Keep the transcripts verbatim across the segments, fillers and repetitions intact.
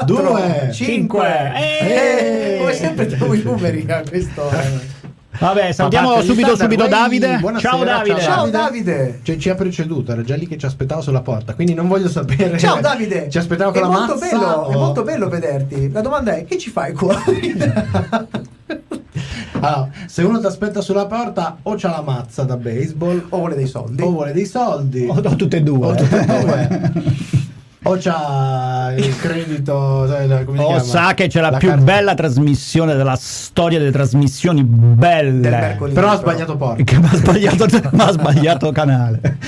due, cinque. Eh, Come sempre trovo i numeri a questo. Vabbè, salutiamo Papà, subito Alessandra, subito Guai, Davide. buonasera, Ciao Davide. Ciao Davide. Cioè, ci ha preceduto, era già lì che ci aspettava sulla porta, quindi non voglio sapere. Ciao Davide. Ci aspettava con è la molto mazza bello, o- È molto bello vederti. La domanda è: che ci fai qua? Allora, se uno ti aspetta sulla porta, o c'ha la mazza da baseball, O vuole dei soldi? o vuole dei soldi, O, o tutte e due. o tutte e due. O c'ha il credito, sai, la- come si O chiama? sa che c'è la, La più carta- bella trasmissione della storia delle trasmissioni belle. Del mercoledì. Però ha sbagliato porta. Che mi ha sbagliato, m'ha sbagliato canale.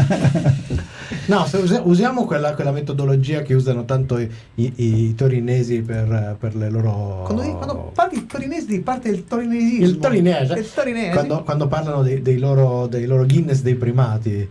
No, se usi- usiamo quella, quella metodologia che usano tanto i, i- i torinesi per, per le loro. Quando, quando parli torinesi, parte il torinesismo. Il torinese. Il torinese. Quando, quando parlano dei, dei loro, dei loro Guinness dei primati.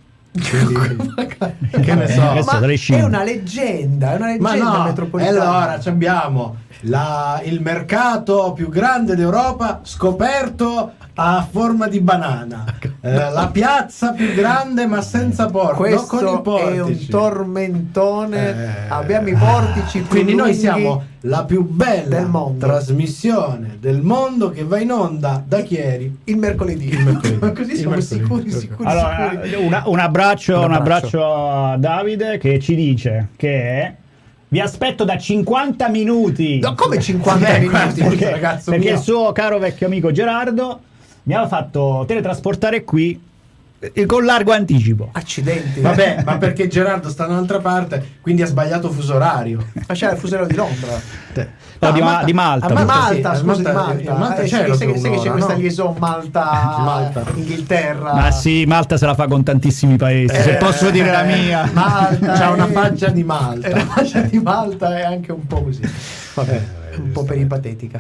Quindi, che ne so. Questo Ma delle è scimmie. una leggenda, è una Ma leggenda no, e metropolitana. allora ci abbiamo la- il mercato più grande d'Europa scoperto a forma di banana, eh, la piazza più grande ma senza portici, Questo no, con i è un portici. tormentone. Eh, Abbiamo i portici più quindi noi lunghi siamo la più bella del mondo. trasmissione del mondo che va in onda da chieri. il mercoledì. Il mercoledì. Ma così Il siamo mercoledì. sicuri, sicuri, Allora, sicuri. una- un, abbraccio, Un un abbraccio. abbraccio a Davide che ci dice che vi aspetto da cinquanta minuti. No, come cinquanta Vabbè, minuti? guarda, Perché, ragazzo perché mio. il suo caro vecchio amico Gerardo mi aveva fatto teletrasportare qui eh, con largo anticipo. Accidenti. Vabbè, ma perché Gerardo sta da un'altra parte, quindi ha sbagliato fuso orario. Ma c'era il fusello di Londra. No, a di Ma- di Malta. a Di Malta, sì, a scusa, di Malta. a Malta Eh, c'è sai, sai, proprio sai che c'è un'ora, questa no? liaison Malta, Malta. Inghilterra. Ma sì, Malta se la fa con tantissimi paesi, se Eh, posso dire la mia. Malta C'ha una è- faccia di Malta. è la faccia di Malta è anche un po' così. Vabbè, un po' peripatetica.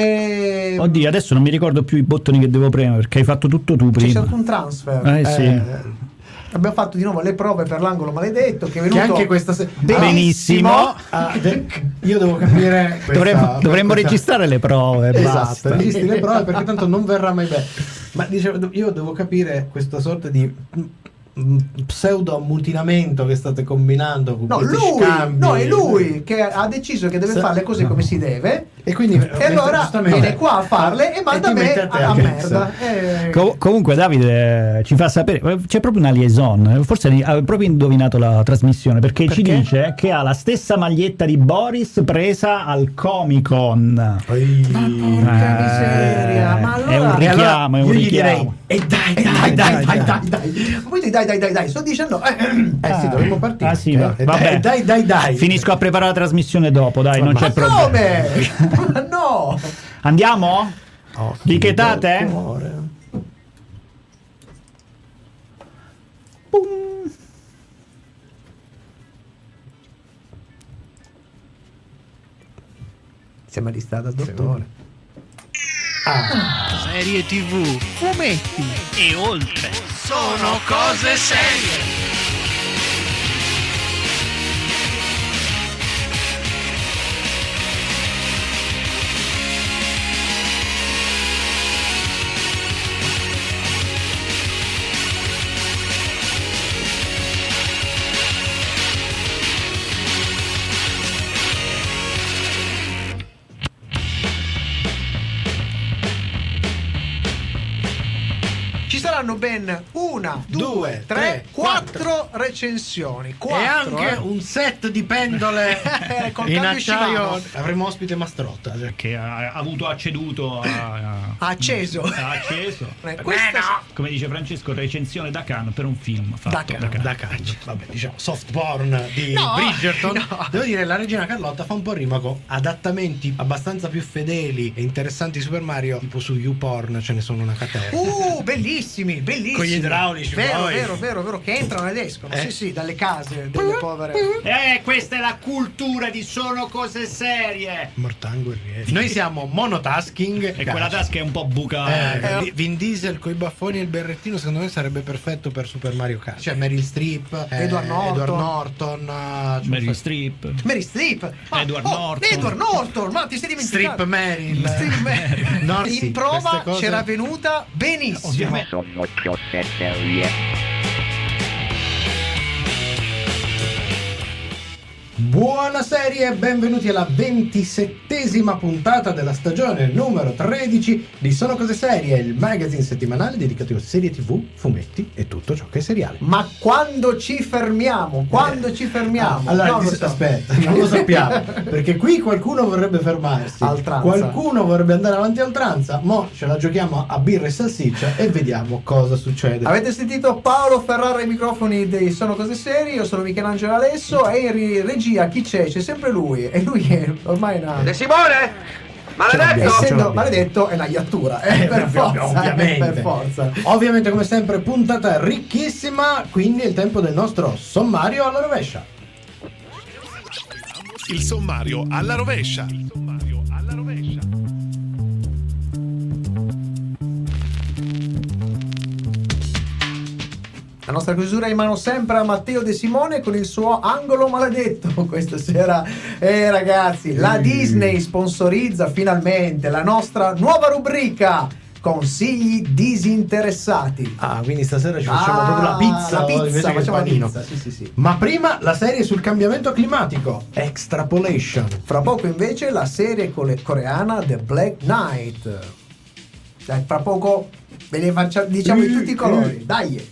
E... Oddio, adesso non mi ricordo più i bottoni che devo premere perché hai fatto tutto tu c'è prima. stato un transfer. Eh, sì. Eh, abbiamo fatto di nuovo le prove per l'angolo maledetto che è venuto Che anche questa se- Benissimo. Ah, de- io devo capire questa- Dovremmo, dovremmo questa- registrare le prove. Esatto, basta. registri le prove perché tanto non verrà mai bene. Ma dicevo, io devo capire questa sorta di mm, pseudo ammutinamento che state combinando con No, questi lui, scambi. no, è lui che ha deciso che deve Se- fare le cose come si deve. E quindi E allora viene qua a farle e manda ti me mette a, te a a merda. Eh, Com- comunque Davide eh, ci fa sapere, eh, c'è proprio una liaison, eh, forse ha proprio indovinato la trasmissione perché, ci Perché? dice che ha la stessa maglietta di Boris presa al Comic Con. Poi- porca miseria, ma allora- È un E allora richiamo, è un io gli richiamo. direi, e dai, eh, dai, dai, dai, dai, dai. Ma poi dai, dai, dai, dai, sto dicendo. Eh, Eh sì, dovremmo partire. Ah, sì, Eh, va- e vabbè. dai, dai, dai, dai. Finisco a preparare la trasmissione dopo, dai, non Ma c'è ma problema. come? Ma no! Andiamo? Oh, Di che che date? bel cuore. Siamo listati al dottore. Serie tivù, fumetti e oltre. Sono cose serie. Ci saranno ben una, due, Due, tre, tre, quattro recensioni. Quattro, e anche eh. un set di pendole Eh, col in cambio acciaio. Shimano. Avremo ospite Mastrotta. Che ha avuto acceduto a, Ha acceso. ha acceso. Eh, questa- Come dice Francesco, recensione da Cannes per un film fatto Da Cannes. Cannes. Da calcio, vabbè, diciamo soft porn di No, Bridgerton. no. Devo dire, la regina Carlotta fa un po' rima con adattamenti abbastanza più fedeli e interessanti di Super Mario, tipo su YouPorn ce ne sono una catena. Uh, bellissimi, bellissimi. Con gli idraulici, Vero, poi. vero, vero, vero, che entrano ed escono. Eh. Sì, sì, dalle case delle povere. Eh, questa è la cultura di Sono Cose Serie. Mortango e Rieti. Noi siamo monotasking. E quella tasca è un po' buca. Eh, Eh. Vin- Vin Diesel coi baffoni e il berrettino secondo me sarebbe perfetto per Super Mario Kart. Cioè Meryl Streep, eh, Edward Norton. Edward Norton, eh, cioè, Meryl fa- Streep. Mary Streep. Ma- Edward oh, Norton. Edward Norton, ma ti sei dimenticato? Strip Meryl. Strip Meryl. No, In sì, prova queste cose- c'era venuta benissimo. Ovviamente. Sono cose serie. Buonasera e benvenuti alla ventisettesima puntata della stagione numero tredici di Sono Cose Serie, il magazine settimanale dedicato a serie tv, fumetti e tutto ciò che è seriale. Ma quando ci fermiamo? Quando eh. ci fermiamo? Ah, allora, non dis- lo so. aspetta, non lo sappiamo, perché qui qualcuno vorrebbe fermarsi, Altranza. qualcuno vorrebbe andare avanti a oltranza, mo ce la giochiamo a birra e salsiccia e vediamo cosa succede. Avete sentito Paolo Ferrara ai microfoni dei Sono Cose Serie, io sono Michelangelo Alesso e in regia chi c'è? C'è sempre lui e lui è ormai una... De Simone? Maledetto! Essendo maledetto è una iattura, eh, Eh, per, ovvio- forza, ovviamente. eh, per forza. Ovviamente come sempre puntata ricchissima, quindi è il tempo del nostro sommario alla rovescia. Il sommario alla rovescia. Il sommario alla rovescia. La nostra chiusura è in mano sempre a Matteo De Simone con il suo angolo maledetto questa sera. Eh ragazzi, la Disney sponsorizza finalmente la nostra nuova rubrica Consigli disinteressati. Ah, quindi stasera ci facciamo Ah, proprio la pizza, la pizza, invece che il facciamo la panino. pizza, sì, sì, sì. Ma prima la serie sul cambiamento climatico, Extrapolation. Fra poco invece la serie cole- coreana The Black Knight. Dai, fra poco ve ne facciamo, diciamo in tutti i colori. Dai.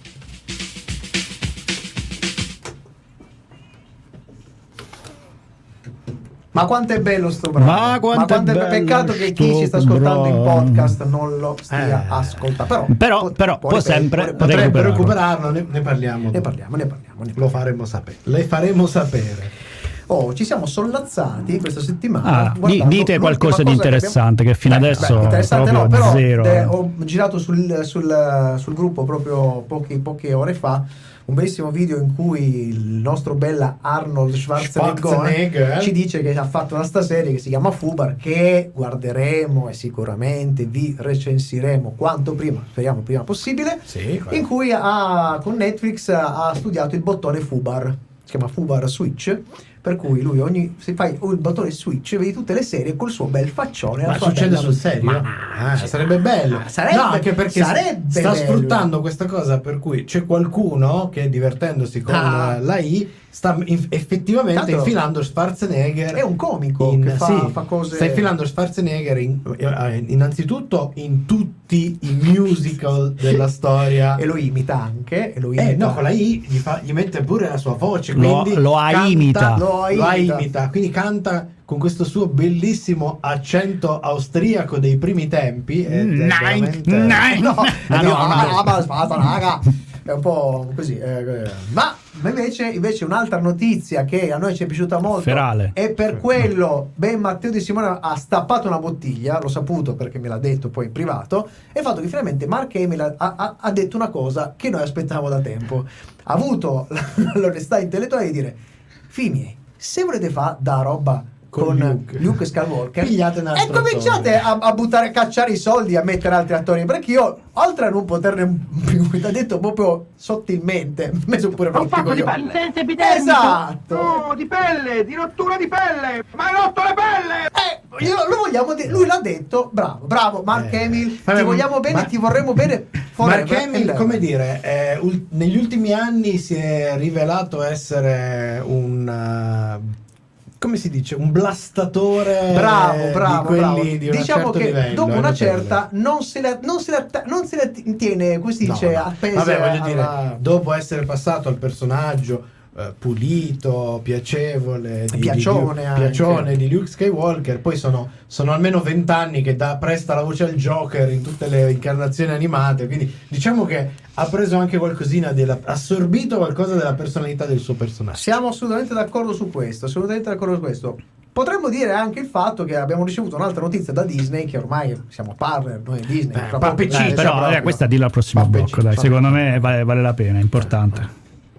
Ma quanto è bello sto brano. Ma quanto è be- bello peccato che chi sto ci sta ascoltando in brano. podcast non lo stia Eh. ascoltando. Però, Però- però può ripetere, sempre può- Potrebbe recuperarlo. recuperarlo, ne, ne parliamo. Ne dopo. parliamo, ne parliamo, ne Lo parliamo. faremo sapere. Le faremo sapere. Oh, ci siamo sollazzati questa settimana. Ah, di- guardando dite l'ultima qualcosa di cosa che interessante, che fino Beh, adesso beh, interessante no, proprio però zero. eh, ho girato sul, sul, sul gruppo proprio pochi, poche ore fa un bellissimo video in cui il nostro bella Arnold Schwarzenegger, Schwarzenegger. ci dice che ha fatto una sta serie che si chiama Fubar, che guarderemo e sicuramente vi recensiremo quanto prima, speriamo prima possibile, Sì, in cui ha, con Netflix ha studiato il bottone Fubar, si chiama Fubar Switch, per cui lui ogni se fai il bottone Switch vedi tutte le serie col suo bel faccione. Ma la sua succede bella- sul serio? Ma- Ah, sarebbe bello. Sarebbe- no, anche perché sarebbe sta bello. sfruttando questa cosa per cui c'è qualcuno che divertendosi con Ah. eh, la I sta in- effettivamente Tanto infilando Schwarzenegger. è un comico in, che fa, sì, fa cose. sta infilando Schwarzenegger in- eh, innanzitutto in tutti i musical della storia. E lo imita anche. E lo imita. Eh no, con la I gli, fa- gli mette pure la sua voce, Lo- quindi lo canta- imita. Lo lo imita. imita, quindi canta con questo suo bellissimo accento austriaco dei primi tempi. ed è Nine, veramente- nine. No, Ah, no, ah, no. ma aspetta, raga. È un po' così. eh, Ma invece, invece un'altra notizia che a noi ci è piaciuta molto Ferale. e per quello ben Matteo Di Simone ha stappato una bottiglia, l'ho saputo perché me l'ha detto poi in privato, è il fatto che finalmente Mark Hamill ha, ha- ha detto una cosa che noi aspettavamo da tempo. Ha avuto l'onestà intellettuale di dire: figli miei, se volete fare da roba Con con, Luke. Luke. Skywalker Pigliate un e altro cominciate attore. a, a buttare a cacciare i soldi e a mettere altri attori, perché io oltre a non poterne più, l'ha detto proprio sottilmente, mi ha messo pure Ho fatto di coglioni. pelle. Senza epidermico. Esatto. No, di pelle, di rottura di pelle. Ma hai rotto le pelle. Eh, io- lo vogliamo de- lui l'ha detto, bravo, bravo Mark Eh. Hamill, Vabbè, ti vogliamo bene, ma- ti vorremmo bene. Mark forever Hamill, and come ever. dire, eh, ul- negli ultimi anni si è rivelato essere un eh, come si dice, un blastatore Bravo, bravo, di quelli bravo. di un Diciamo certo che livello, dopo è una notevole. certa non se la, non se la, non se la t- tiene, come si No, dice, no. appesa Vabbè, voglio dire, alla- dopo essere passato al personaggio eh, pulito, piacevole, di, Piacione di, anche. piacione di Luke Skywalker, poi sono, sono almeno vent'anni che dà, presta la voce al Joker in tutte le incarnazioni animate, quindi diciamo che ha preso anche qualcosina, della, assorbito qualcosa della personalità del suo personaggio. Siamo assolutamente d'accordo su questo, assolutamente d'accordo su questo. Potremmo dire anche il fatto che abbiamo ricevuto un'altra notizia da Disney, che ormai siamo partner noi di Disney. Eh, fra Pappe poco- Ciccia, Eh, però proprio. eh, questa dillo al prossimo Pappe blocco, dai. Ciccia. Secondo me vale, vale la pena, è importante.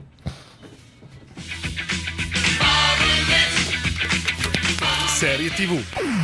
Serie tivù.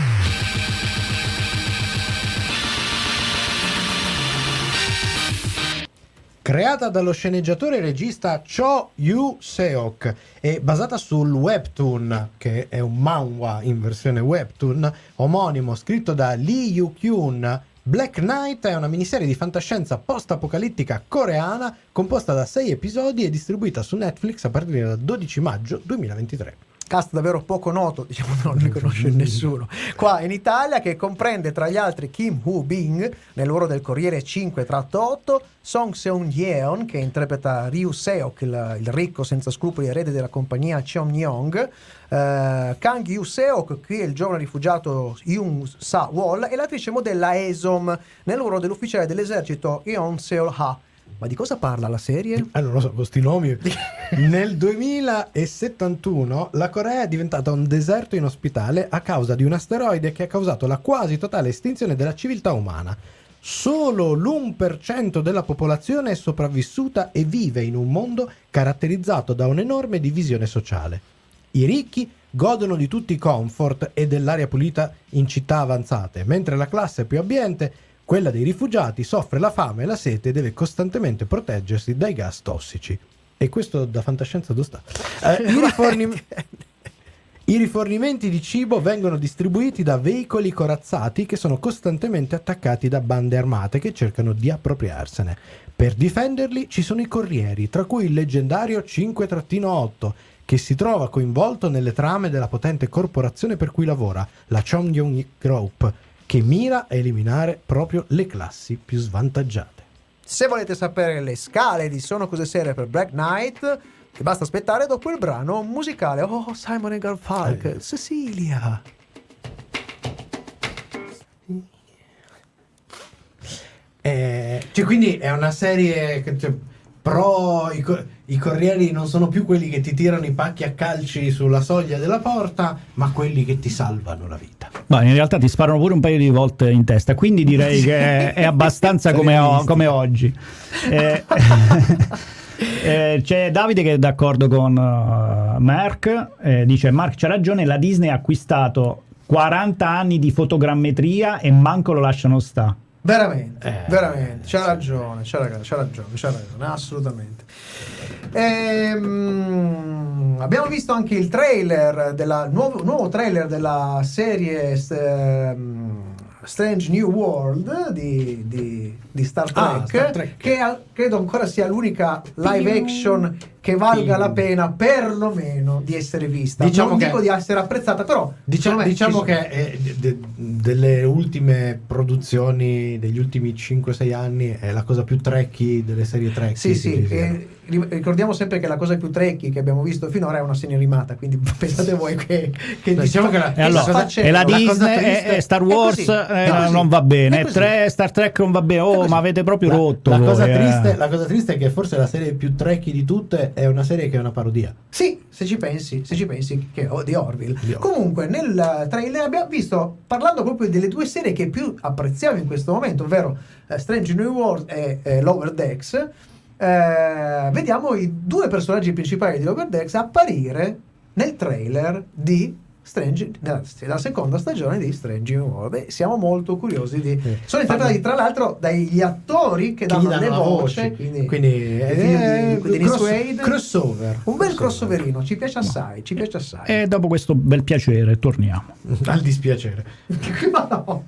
Creata dallo sceneggiatore e regista Cho Yu-seok e basata sul webtoon, che è un manhwa in versione webtoon, omonimo scritto da Lee Yu-kyun, Black Knight è una miniserie di fantascienza post-apocalittica coreana composta da sei episodi e distribuita su Netflix a partire dal dodici maggio duemilaventitré. cast davvero poco noto, diciamo non li conosce nessuno qua in Italia, che comprende tra gli altri Kim Woo-bing nel ruolo del Corriere cinque otto, Song Seung-yeon che interpreta Ryu Seok, il, il ricco senza scrupoli erede della compagnia Cheongyong, uh, Kang Yu-seok, qui è il giovane rifugiato Yoon Sa-wol, e l'attrice modella Esom nel ruolo dell'ufficiale dell'esercito Yeon Seol-ha. Ma di cosa parla la serie? Ah, non lo so, questi nomi. Nel duemilasettantuno la Corea è diventata un deserto inospitale a causa di un asteroide che ha causato la quasi totale estinzione della civiltà umana. Solo l'uno per cento della popolazione è sopravvissuta e vive in un mondo caratterizzato da un'enorme divisione sociale. I ricchi godono di tutti i comfort e dell'aria pulita in città avanzate, mentre la classe più abbiente, quella dei rifugiati, soffre la fame e la sete e deve costantemente proteggersi dai gas tossici. E questo da fantascienza dove sta? Eh, i, rifornim- I rifornimenti di cibo vengono distribuiti da veicoli corazzati che sono costantemente attaccati da bande armate che cercano di appropriarsene. Per difenderli ci sono i corrieri, tra cui il leggendario cinque otto, che si trova coinvolto nelle trame della potente corporazione per cui lavora, la Cheongyong Group, che mira a eliminare proprio le classi più svantaggiate. Se volete sapere le scale di Sono Cose Serie per Black Knight, vi basta aspettare dopo il brano musicale. Oh, Simon e Garfunkel, Eh. Cecilia. Eh, cioè, quindi è una serie che, cioè, pro i, co- i corrieri non sono più quelli che ti tirano i pacchi a calci sulla soglia della porta, ma quelli che ti salvano la vita. Ma in realtà ti sparano pure un paio di volte in testa, quindi direi che è, è abbastanza come, o- come oggi. Eh, eh, c'è Davide che è d'accordo con uh, Mark, eh, dice Mark c'ha ragione, la Disney ha acquistato quaranta anni di fotogrammetria e manco lo lasciano sta. Veramente, Eh, veramente, c'ha sì. ragione, c'ha ragione, c'ha ragione, c'ha ragione, assolutamente. Ehm, abbiamo visto anche il trailer della nuovo, nuovo trailer della serie ehm, Strange New World di, di, di Star Trek, Ah, Star Trek. che a- credo ancora sia l'unica live action che valga la pena perlomeno di essere vista. Diciamo non che- dico di essere apprezzata, però Diciamo, secondo me diciamo ci sono. che eh, de- de- delle ultime produzioni degli ultimi cinque sei anni è la cosa più trekky delle serie Trek. Sì, sì, e ri- ricordiamo sempre che la cosa più trekky che abbiamo visto finora è una serie animata, quindi pensate voi che, che Diciamo che la- E allora, cosa- facendo. e la cosa Disney triste- e, e Star è Wars così, eh, è così, non va bene, è così. tre Star Trek non va bene, È oh così. ma avete proprio la, rotto la voi, cosa eh. triste, la cosa triste è che forse la serie più trekky di tutte è una serie che è una parodia. Sì, se ci pensi, se ci pensi che oh, di Orville. Di Orville. Comunque nel trailer abbiamo visto, parlando proprio delle due serie che più apprezziamo in questo momento, ovvero eh, Strange New World e eh, Lower Decks, eh, vediamo i due personaggi principali di Lower Decks apparire nel trailer di Strange, della, della seconda stagione di Strange New World. E siamo molto curiosi di... Sì. Sono interpretati tra l'altro dagli attori che Che danno gli le la voci, voce, quindi, quindi i è, figli è di Dennis cross- Quaid. crossover. Un bel crossoverino, ci piace assai, ci piace assai. E dopo questo bel piacere torniamo. Al dispiacere. Ma no.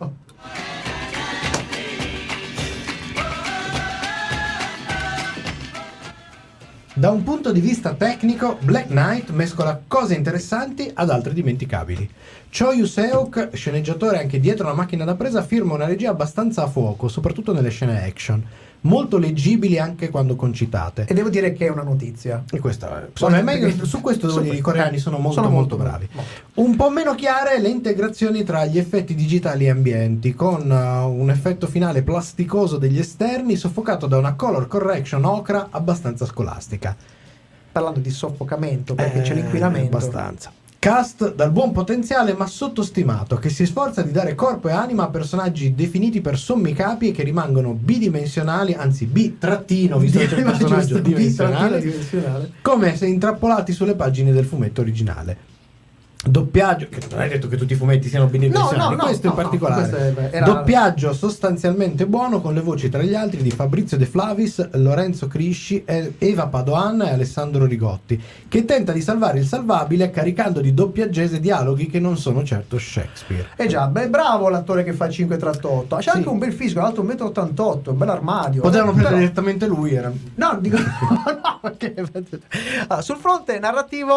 Da un punto di vista tecnico, Black Knight mescola cose interessanti ad altre dimenticabili. Cho Yu-seok, sceneggiatore anche dietro la macchina da presa, firma una regia abbastanza a fuoco, soprattutto nelle scene action, molto leggibili anche quando concitate. E devo dire che è una notizia. E questo è, insomma, è meglio- su questo devo Su dire, i questo. coreani sono molto Sono molto, molto bravi. molto. Un po' meno chiare le integrazioni tra gli effetti digitali e ambienti, con uh, un effetto finale plasticoso degli esterni soffocato da una color correction ocra abbastanza scolastica. Parlando di soffocamento, perché c'è Eh, l'inquinamento. abbastanza. Cast dal buon potenziale ma sottostimato, che si sforza di dare corpo e anima a personaggi definiti per sommi capi e che rimangono bidimensionali, anzi B-trattino, visto che c'è il personaggio Giusto, dimensionale, bidimensionale. come se intrappolati sulle pagine del fumetto originale. Doppiaggio, che non è detto che tutti i fumetti siano bidimensionali, No, no, no, questo no, in particolare. no, questo è- era- Doppiaggio sostanzialmente buono, con le voci tra gli altri di Fabrizio De Flavis, Lorenzo Crisci, e- Eva Padoan e Alessandro Rigotti, che tenta di salvare il salvabile caricando di doppiaggese dialoghi che non sono certo Shakespeare. Eh già, beh, bravo l'attore che fa il cinque otto. C'è Sì. anche un bel fisico, alto un metro e ottantotto, un bel armadio. Potevano Eh, prendere però- direttamente lui, era... No, dico no, perché- allora, sul fronte narrativo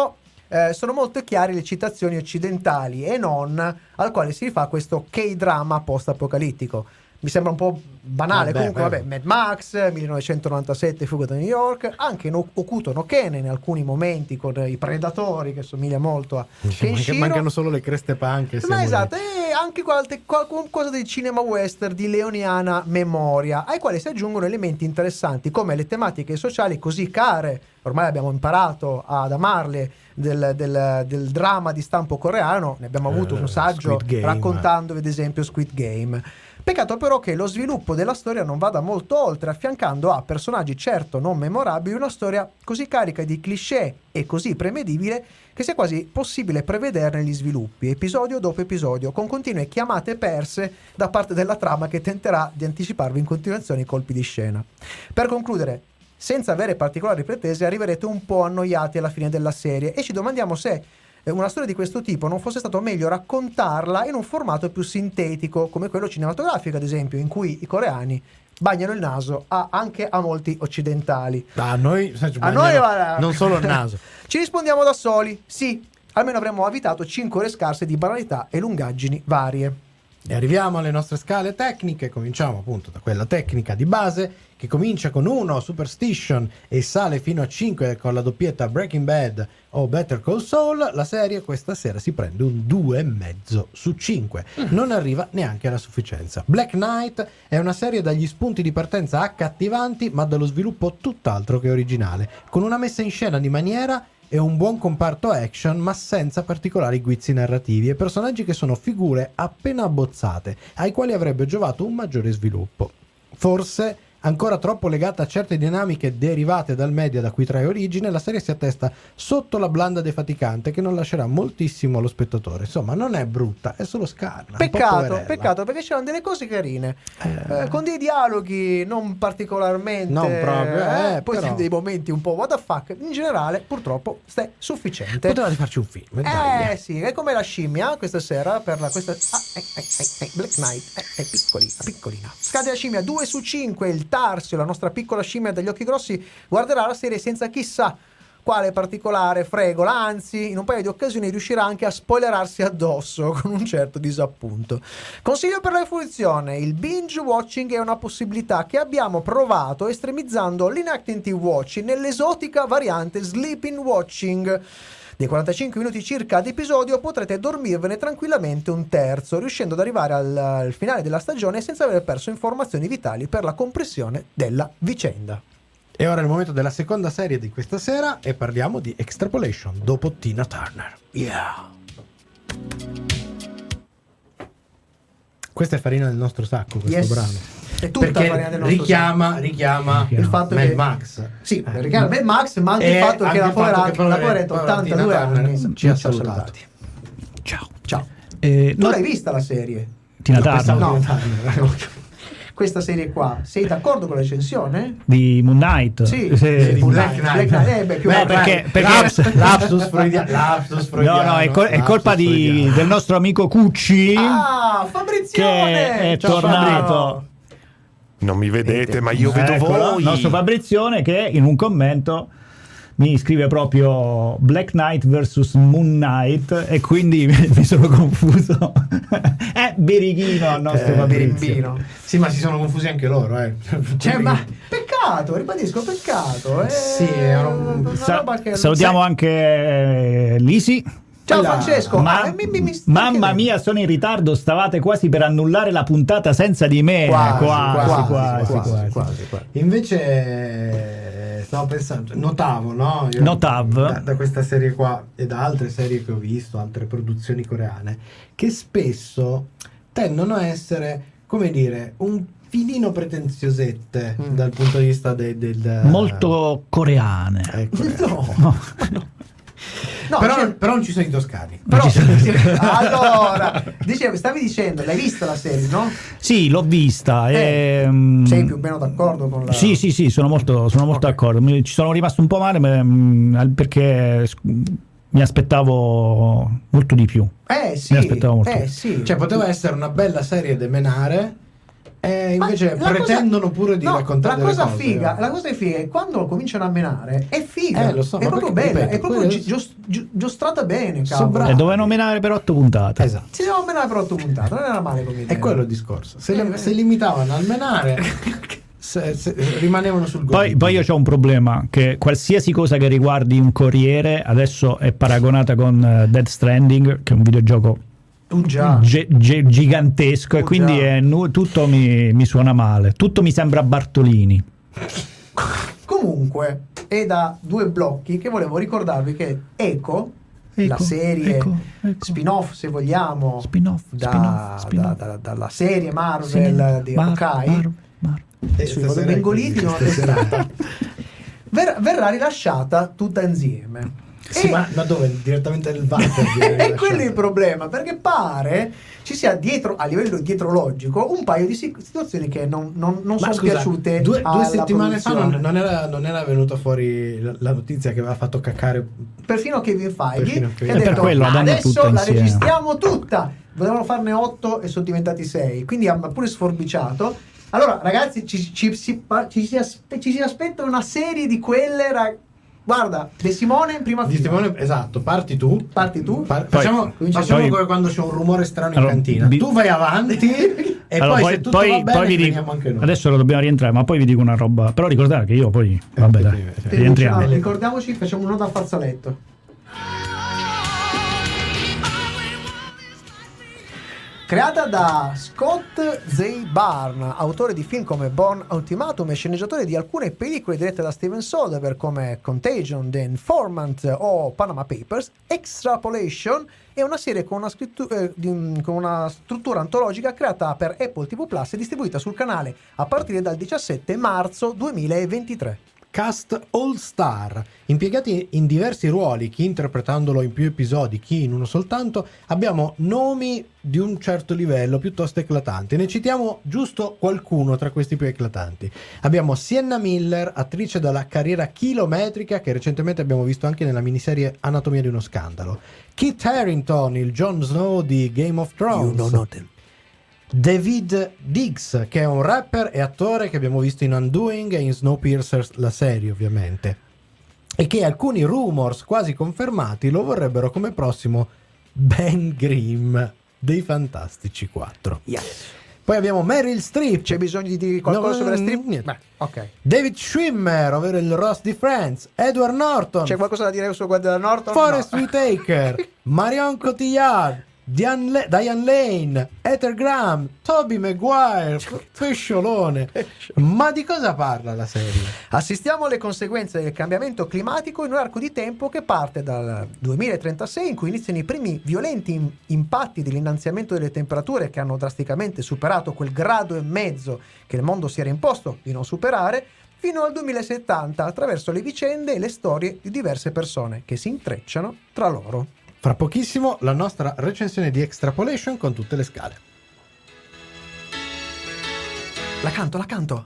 eh, sono molto chiare le citazioni occidentali e non al quale si rifà questo K-drama post-apocalittico. Mi sembra un po' banale, Vabbè, comunque vabbè. vabbè, Mad Max, millenovecentonovantasette, Fuga da New York, anche no- Okuto no Ken in alcuni momenti con i Predatori, che somiglia molto a Manca- Kenshiro. mancano solo le creste punk. e Ma siamo esatto, e anche qualche, qualcosa del cinema western di leoniana memoria, ai quali si aggiungono elementi interessanti come le tematiche sociali così care, ormai abbiamo imparato ad amarle, del, del, del dramma di stampo coreano. Ne abbiamo avuto Eh, un saggio Squid Game. raccontandovi ad esempio Squid Game. Peccato però che lo sviluppo della storia non vada molto oltre, affiancando a personaggi certo non memorabili una storia così carica di cliché e così prevedibile che sia quasi possibile prevederne gli sviluppi, episodio dopo episodio, con continue chiamate perse da parte della trama che tenterà di anticiparvi in continuazione i colpi di scena. Per concludere, senza avere particolari pretese, arriverete un po' annoiati alla fine della serie e ci domandiamo se una storia di questo tipo non fosse stato meglio raccontarla in un formato più sintetico, come quello cinematografico ad esempio, in cui i coreani bagnano il naso a, anche a molti occidentali. A noi, cioè, ci A bagnano- noi guarda. non solo il naso. Ci rispondiamo da soli, sì, almeno avremmo evitato cinque ore scarse di banalità e lungaggini varie. E arriviamo alle nostre scale tecniche. Cominciamo appunto da quella tecnica di base che comincia con uno Superstition e sale fino a cinque con la doppietta Breaking Bad o Better Call Saul. La serie questa sera si prende un due e mezzo su cinque, non arriva neanche alla sufficienza. Black Knight è una serie dagli spunti di partenza accattivanti ma dallo sviluppo tutt'altro che originale, con una messa in scena di maniera e un buon comparto action ma senza particolari guizzi narrativi e personaggi che sono figure appena abbozzate ai quali avrebbe giovato un maggiore sviluppo. Forse ancora troppo legata a certe dinamiche derivate dal media da cui trae origine, la serie si attesta sotto la blanda defaticante che non lascerà moltissimo allo spettatore. Insomma, non è brutta, è solo scarna. un po' Peccato, poverella. peccato, perché c'erano delle cose carine, eh, con dei dialoghi non particolarmente, Non proprio, eh, poi però- dei momenti un po' what the fuck. In generale, purtroppo, è sufficiente. Potevate farci un film, dai. Eh sì, è come la scimmia questa sera per la, questa ah, eh, eh, eh, eh, Black Knight, eh, è piccolina, piccolina. Scade la scimmia due su cinque, il Tarsio, la nostra piccola scimmia dagli occhi grossi, guarderà la serie senza chissà quale particolare fregola, anzi in un paio di occasioni riuscirà anche a spoilerarsi addosso con un certo disappunto. Consiglio per la fruizione: il binge watching è una possibilità che abbiamo provato estremizzando l'inactive watching nell'esotica variante sleeping watching. Dei quarantacinque minuti circa ad episodio potrete dormirvene tranquillamente un terzo, riuscendo ad arrivare al, al finale della stagione senza aver perso informazioni vitali per la compressione della vicenda. E ora è il momento della seconda serie di questa sera e parliamo di Extrapolation dopo Tina Turner. Yeah. Questa è farina del nostro sacco, questo Yes. brano. È tutta Perché farina del nostro richiama, richiama il fatto Mad che Max. sì, richiama Mad Max, ma anche E il fatto anche che la il fatto poveretta, che la povera- poveretta povera ottantadue Tina Turner anni ci ha ci ha salutati. Ciao. Ciao. Eh, Tu no, l'hai vista la serie? Tina questa Turner no. Tina Turner. Questa serie qua, sei d'accordo con la recensione? di Moon Knight. Sì, Se- di Black Black Knight. Knight. Black Knight, eh, beh, più Beh, o meno. perché- perché- Laps- lapsus freudiano, lapsus No, freudiano, no, è, col- è lapsus colpa di, freudiano. del nostro amico Cucci Ah, Fabrizione! che è Ciao, tornato. Fabio. Non mi vedete, ma io vedo Eccolo, voi. il nostro Fabrizione che in un commento mi scrive proprio Black Knight versus Moon Knight e quindi mi sono confuso. È birichino il nostro Eh, Fabrizio. birimbino. Sì, ma si sono confusi anche loro, eh. Cioè, ma peccato, ribadisco, peccato. Eh, Sì, è un- una Sa- roba che- salutiamo anche eh, Lisi. Ciao Là. Francesco. Ma- Ah, mi- mi- mi sta mamma chiedendo. mia, sono in ritardo. Stavate quasi per annullare la puntata senza di me. Quasi, quasi, quasi, quasi, quasi, quasi. quasi, quasi. Invece stavo pensando, notavo, no? Io Notav. Da, da questa serie qua e da altre serie che ho visto, altre produzioni coreane, che spesso tendono a essere, come dire, un filino pretenziosette Mm. dal punto di vista de- del... Molto coreane. Ecco, eh. No. No, però, cioè- però non ci sono i toscani. però, allora, dicevo, stavi dicendo, l'hai vista la serie, no? Sì, l'ho vista. Eh, ehm, Sei più o meno d'accordo con la... Sì, sì, sì, sono molto, sono molto Ok. d'accordo. Mi- ci sono rimasto un po' male ma, mm, perché s- mi aspettavo molto di più. Eh sì, Mi aspettavo molto. eh sì. Cioè poteva essere una bella serie de menare, E invece Ma la pretendono cosa- pure di no, raccontare la cosa delle cose. figa, la cosa figa è quando cominciano a menare, è figa, Eh, lo so, è ma proprio perché, bella, ripeto, è proprio quello- gi- gios- gi- giostrata bene, Sono cavolo. bravi. E dovevano menare per otto puntate. Esatto. Si doveva menare per otto puntate, non era male come idea. È quello il discorso. Se, le- Eh, se limitavano al menare, se- se- rimanevano sul Poi, godibile. poi io ho un problema, che qualsiasi cosa che riguardi un corriere adesso è paragonata con eh, Death Stranding, che è un videogioco Uh, già. ge- ge- gigantesco, Oh, e quindi già. è nu- tutto mi, mi suona male, tutto mi sembra Bartolini. Comunque, è da due blocchi che volevo ricordarvi che Echo, la Ecco, serie ecco, ecco. spin-off, se vogliamo, Spin-off, da- spin-off, spin-off. da- da- dalla serie Marvel Sì, di Mar- Hawkeye, Mar- Mar- Eh, sui stasera è Mengoliti così, non stasera. testata, ver- verrà rilasciata tutta insieme. Sì, E- ma, ma dove? Direttamente nel water. e quello è il problema, perché pare ci sia dietro, a livello dietrologico, un paio di si- situazioni che non, non, non Ma sono scusa, piaciute due, due alla settimane fa produzione. non, non era, non era venuta fuori la, la notizia che aveva fatto caccare. Perfino Kevin Feige Perfino che Kevin. ha E per detto quello la danno adesso tutta la insieme." registriamo tutta, volevano farne otto e sono diventati sei, quindi ha pure sforbiciato. Allora ragazzi ci, ci, si, ci, si, aspe- ci si aspetta una serie di quelle ra- guarda, De Simone in prima Di fila. Simone, esatto, parti tu. Parti tu? Par- Poi- facciamo comincia- facciamo poi- come quando c'è un rumore strano Allora, in cantina. di- Tu vai avanti e Allora, poi, se tutto va bene vi dico- veniamo anche noi. adesso lo dobbiamo rientrare, ma poi vi dico una roba, però ricordate che io poi vabbè dai, prima, sì. rientriamo. No, ricordiamoci, facciamo un nodo al fazzoletto. Creata da Scott Zaybarn, autore di film come Born Ultimatum e sceneggiatore di alcune pellicole dirette da Steven Soderbergh come Contagion, The Informant o Panama Papers, Extrapolation è una serie con una, scrittu- eh, di- con una struttura antologica creata per Apple ti vu Plus e distribuita sul canale a partire dal diciassette marzo duemilaventitré. Cast All Star, impiegati in diversi ruoli, chi interpretandolo in più episodi, chi in uno soltanto. Abbiamo nomi di un certo livello piuttosto eclatanti. Ne citiamo giusto qualcuno tra questi più eclatanti. Abbiamo Sienna Miller, attrice dalla carriera chilometrica che recentemente abbiamo visto anche nella miniserie Anatomia di uno scandalo. Kit Harington, il Jon Snow di Game of Thrones. David Diggs, che è un rapper e attore che abbiamo visto in Undoing e in Snowpiercer, la serie ovviamente, e che alcuni rumors quasi confermati lo vorrebbero come prossimo Ben Grimm dei Fantastici quattro. Poi abbiamo Meryl Streep. C'è bisogno di dire qualcosa No, sulla strip? niente. Beh, ok. David Schwimmer, ovvero il Ross di Friends. Edward Norton. C'è qualcosa da dire su Guardia da Norton? Forest No. Whitaker, Marion Cotillard, Diane, Le- Diane Lane, Ether Graham, Tobey Maguire, pesciolone. Ma di cosa parla la serie? Assistiamo alle conseguenze del cambiamento climatico in un arco di tempo che parte dal duemilatrentasei, in cui iniziano i primi violenti im- impatti dell'innalzamento delle temperature che hanno drasticamente superato quel grado e mezzo che il mondo si era imposto di non superare, fino al duemilasettanta, attraverso le vicende e le storie di diverse persone che si intrecciano tra loro. Fra pochissimo la nostra recensione di Extrapolation con tutte le scale. La canto, la canto.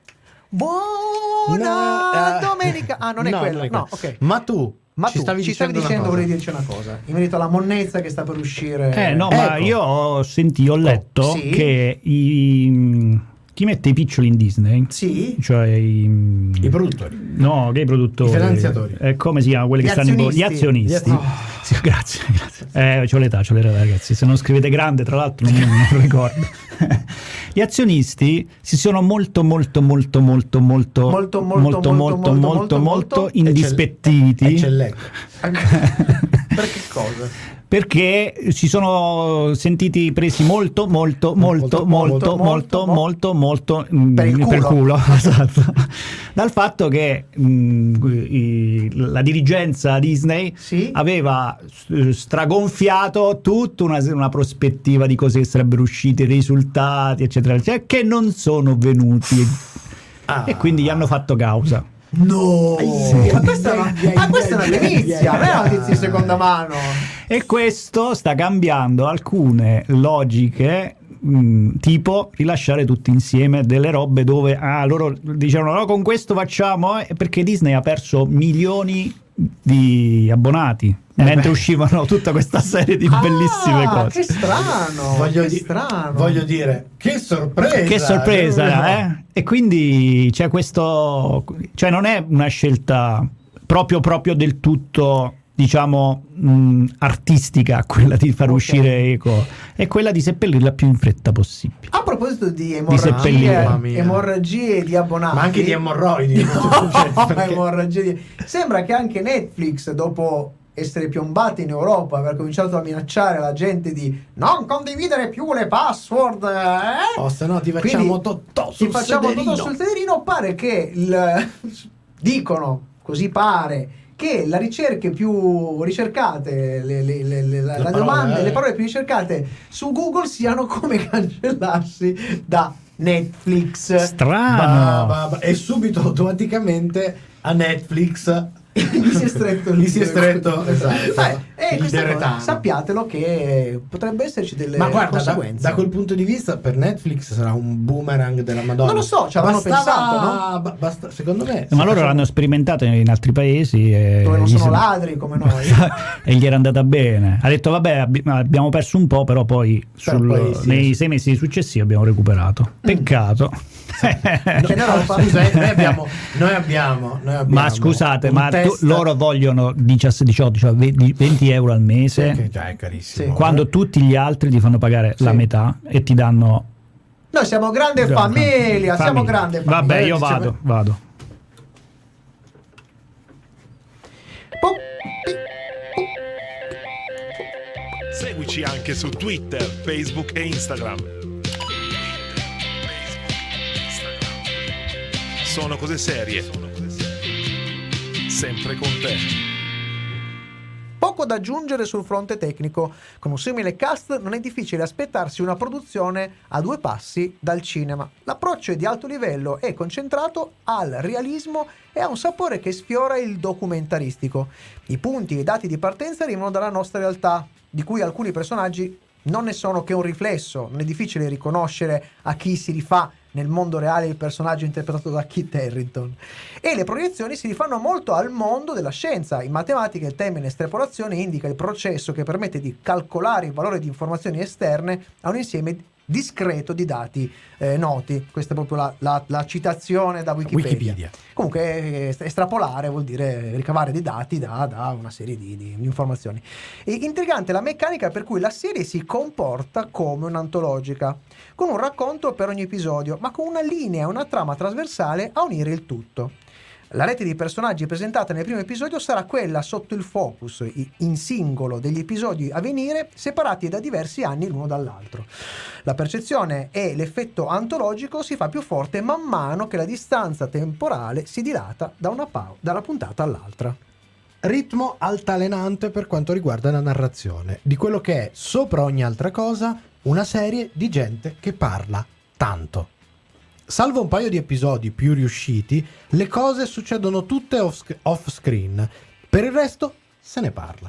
Buona No, eh, domenica. Ah, non è no, quella. non è No, quella. ok. Ma tu Ma ci tu stavi ci stavi dicendo, dicendo, una volevi cosa. dirci una cosa in merito alla monnezza che sta per uscire. Eh no, ma Ecco. io ho sentito, ho letto Oh, sì? che i, chi mette i piccioli in Disney, Sì? cioè i, I produttori. no, che i produttori, I finanziatori. eh, come si chiama quelli Gli che stanno in bo- gli azionisti. azionisti. Gli azio- Sì, grazie, grazie. Eh, c'ho l'età, c'ho l'età, ragazzi. Se non scrivete grande, tra l'altro, non, non me lo ricordo. Gli azionisti si sono molto, molto, molto, molto, molto, Molto, molto, molto, molto, molto, molto, molto, molto molto indispettiti. Eccellenza. Per che cosa? Perché si sono sentiti presi molto, molto, molto, molto, molto, molto, molto, molto mm, Per il per culo. culo, esatto. Dal fatto che mm, i- la dirigenza Disney Sì? aveva s- stragonfiato tutta una, una prospettiva di cose che sarebbero uscite, risultati, eccetera, eccetera, che non sono venuti. Ah. E quindi gli hanno fatto causa. No! Sì. Ma questa è una, ah, questa è una primizia, non è una notizia di seconda mano. E questo sta cambiando alcune logiche, mh, tipo rilasciare tutti insieme delle robe dove ah, loro dicevano no, con questo facciamo, eh, perché Disney ha perso milioni di abbonati mentre beh. uscivano tutta questa serie di Ah, bellissime cose. che strano, Voglio, che di- strano. voglio dire, che sorpresa! Che sorpresa, eh? E quindi c'è questo, cioè non è una scelta proprio proprio del tutto, diciamo, mh, artistica quella di far Ok. uscire Eco, è quella di seppellirla più in fretta possibile. A proposito di seppellire. emorragie, Mamma mia. emorragie di abbonati, Ma anche di emorroidi. no, Cioè, perché- emorragie di- sembra che anche Netflix, dopo essere piombati in Europa, aver cominciato a minacciare la gente di non condividere più le password, eh? Oh, se no ti Quindi facciamo tutto ti sul facciamo sederino. tutto sul sederino. Pare che il, dicono, così pare, che le ricerche più ricercate, le, le, le, le, la- Le la parole, domande, eh. le parole più ricercate su Google siano come cancellarsi da Netflix. Strano. Ba- ba- ba- e subito automaticamente a Netflix Gli si è stretto il Gli si è stretto, esatto, Eh, e il questa cosa, deretano. sappiatelo che potrebbe esserci delle Ma guarda, da, conseguenze. da quel punto di vista per Netflix sarà un boomerang della Madonna. Non lo so, ci avranno Bastava- pensato, no? ba- basta- secondo me. Ma loro se l'hanno sperimentato in altri paesi e, Dove non gli sono sem- ladri come noi. e gli era andata bene. Ha detto vabbè, abbi- abbiamo perso un po', però poi, sul- poi sì, nei sì. sei mesi successivi abbiamo recuperato. Peccato. Ce n'era un Scusa, eh, noi abbiamo, noi abbiamo, noi abbiamo Ma scusate, un ma tu- test- loro vogliono diciassette, diciotto, cioè venti venti euro al mese, che già è carissimo. Sì. quando tutti gli altri ti fanno pagare Sì. la metà e ti danno Noi siamo grande famiglia, siamo grande famiglia. Vabbè, io Eh, vado, vado. Po- Seguici anche su Twitter, Facebook e Instagram. Sono cose serie. Sempre con te. Poco da aggiungere sul fronte tecnico. Con un simile cast non è difficile aspettarsi una produzione a due passi dal cinema. L'approccio è di alto livello, è concentrato al realismo e ha un sapore che sfiora il documentaristico. I punti e i dati di partenza arrivano dalla nostra realtà, di cui alcuni personaggi non ne sono che un riflesso. Non è difficile riconoscere a chi si rifà nel mondo reale il personaggio interpretato da Kit Harington, e le proiezioni si rifanno molto al mondo della scienza. In matematica il termine estrapolazione indica il processo che permette di calcolare il valore di informazioni esterne a un insieme discreto di dati eh, noti. Questa è proprio la, la, la citazione da Wikipedia. Wikipedia. Comunque eh, estrapolare vuol dire ricavare dei dati da, da una serie di, di, di informazioni. E intrigante la meccanica per cui la serie si comporta come un'antologica, con un racconto per ogni episodio, ma con una linea, una trama trasversale a unire il tutto. La rete di personaggi presentata nel primo episodio sarà quella sotto il focus in singolo degli episodi a venire, separati da diversi anni l'uno dall'altro. La percezione e l'effetto antologico si fa più forte man mano che la distanza temporale si dilata da una, pa- da una puntata all'altra. Ritmo altalenante per quanto riguarda la narrazione, di quello che è sopra ogni altra cosa una serie di gente che parla tanto. Salvo un paio di episodi più riusciti, le cose succedono tutte off- off-screen. Per il resto se ne parla.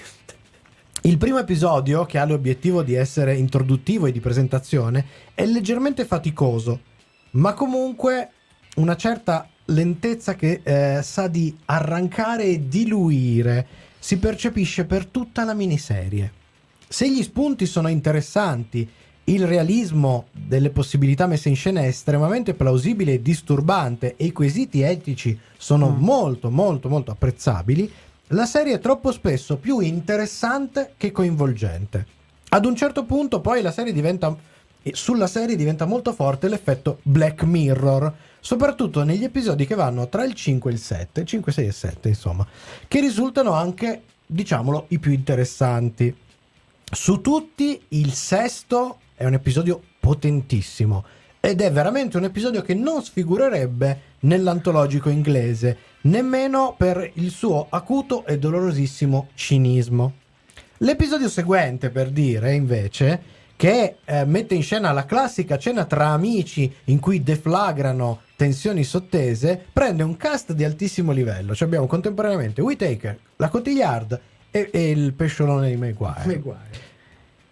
Il primo episodio, che ha l'obiettivo di essere introduttivo e di presentazione, è leggermente faticoso, ma comunque una certa lentezza che eh, sa di arrancare e diluire si percepisce per tutta la miniserie. Se gli spunti sono interessanti, il realismo delle possibilità messe in scena è estremamente plausibile e disturbante e i quesiti etici sono Mm. molto molto molto apprezzabili, la serie è troppo spesso più interessante che coinvolgente. Ad un certo punto poi la serie diventa sulla serie diventa molto forte l'effetto Black Mirror, soprattutto negli episodi che vanno tra il cinque e il sette, cinque, sei e sette insomma, che risultano anche, diciamolo, i più interessanti. Su tutti il sesto è un episodio potentissimo ed è veramente un episodio che non sfigurerebbe nell'antologico inglese, nemmeno per il suo acuto e dolorosissimo cinismo. L'episodio seguente, per dire, invece, che eh, mette in scena la classica cena tra amici in cui deflagrano tensioni sottese, prende un cast di altissimo livello. Cioè abbiamo contemporaneamente Whittaker, la Cotillard e, e il pesciolone di Maguire. Maguire.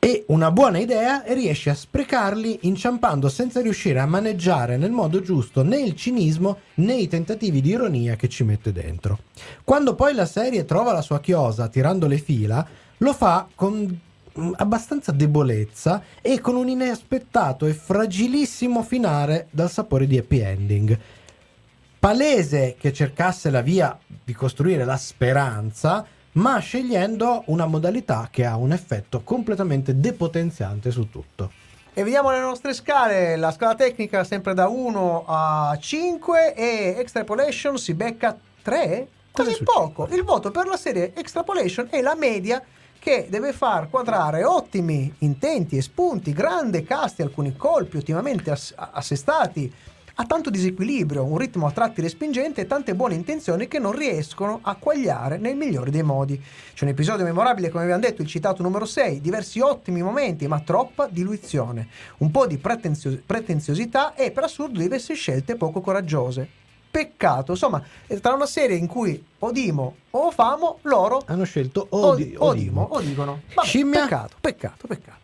e una buona idea e riesce a sprecarli inciampando senza riuscire a maneggiare nel modo giusto né il cinismo né i tentativi di ironia che ci mette dentro. Quando poi la serie trova la sua chiosa tirando le fila, lo fa con abbastanza debolezza e con un inaspettato e fragilissimo finale dal sapore di happy ending. Palese che cercasse la via di costruire la speranza, ma scegliendo una modalità che ha un effetto completamente depotenziante su tutto. E vediamo le nostre scale, la scala tecnica sempre da uno a cinque e Extrapolation si becca tre? Cosa Così succede? poco. Il voto per la serie Extrapolation è la media che deve far quadrare ottimi intenti e spunti, grande cast e alcuni colpi ottimamente ass- assestati, ha tanto disequilibrio, un ritmo a tratti respingente e tante buone intenzioni che non riescono a quagliare nel migliore dei modi. C'è un episodio memorabile, come abbiamo detto, il citato numero sei, diversi ottimi momenti, ma troppa diluizione, un po' di pretenzio- pretenziosità e per assurdo diverse scelte poco coraggiose. Peccato, insomma, tra una serie in cui Odimo o Famo, loro Hanno scelto Odi- Odi- Odimo Odimo. o dicono vabbè, Scimmia? peccato, peccato, peccato.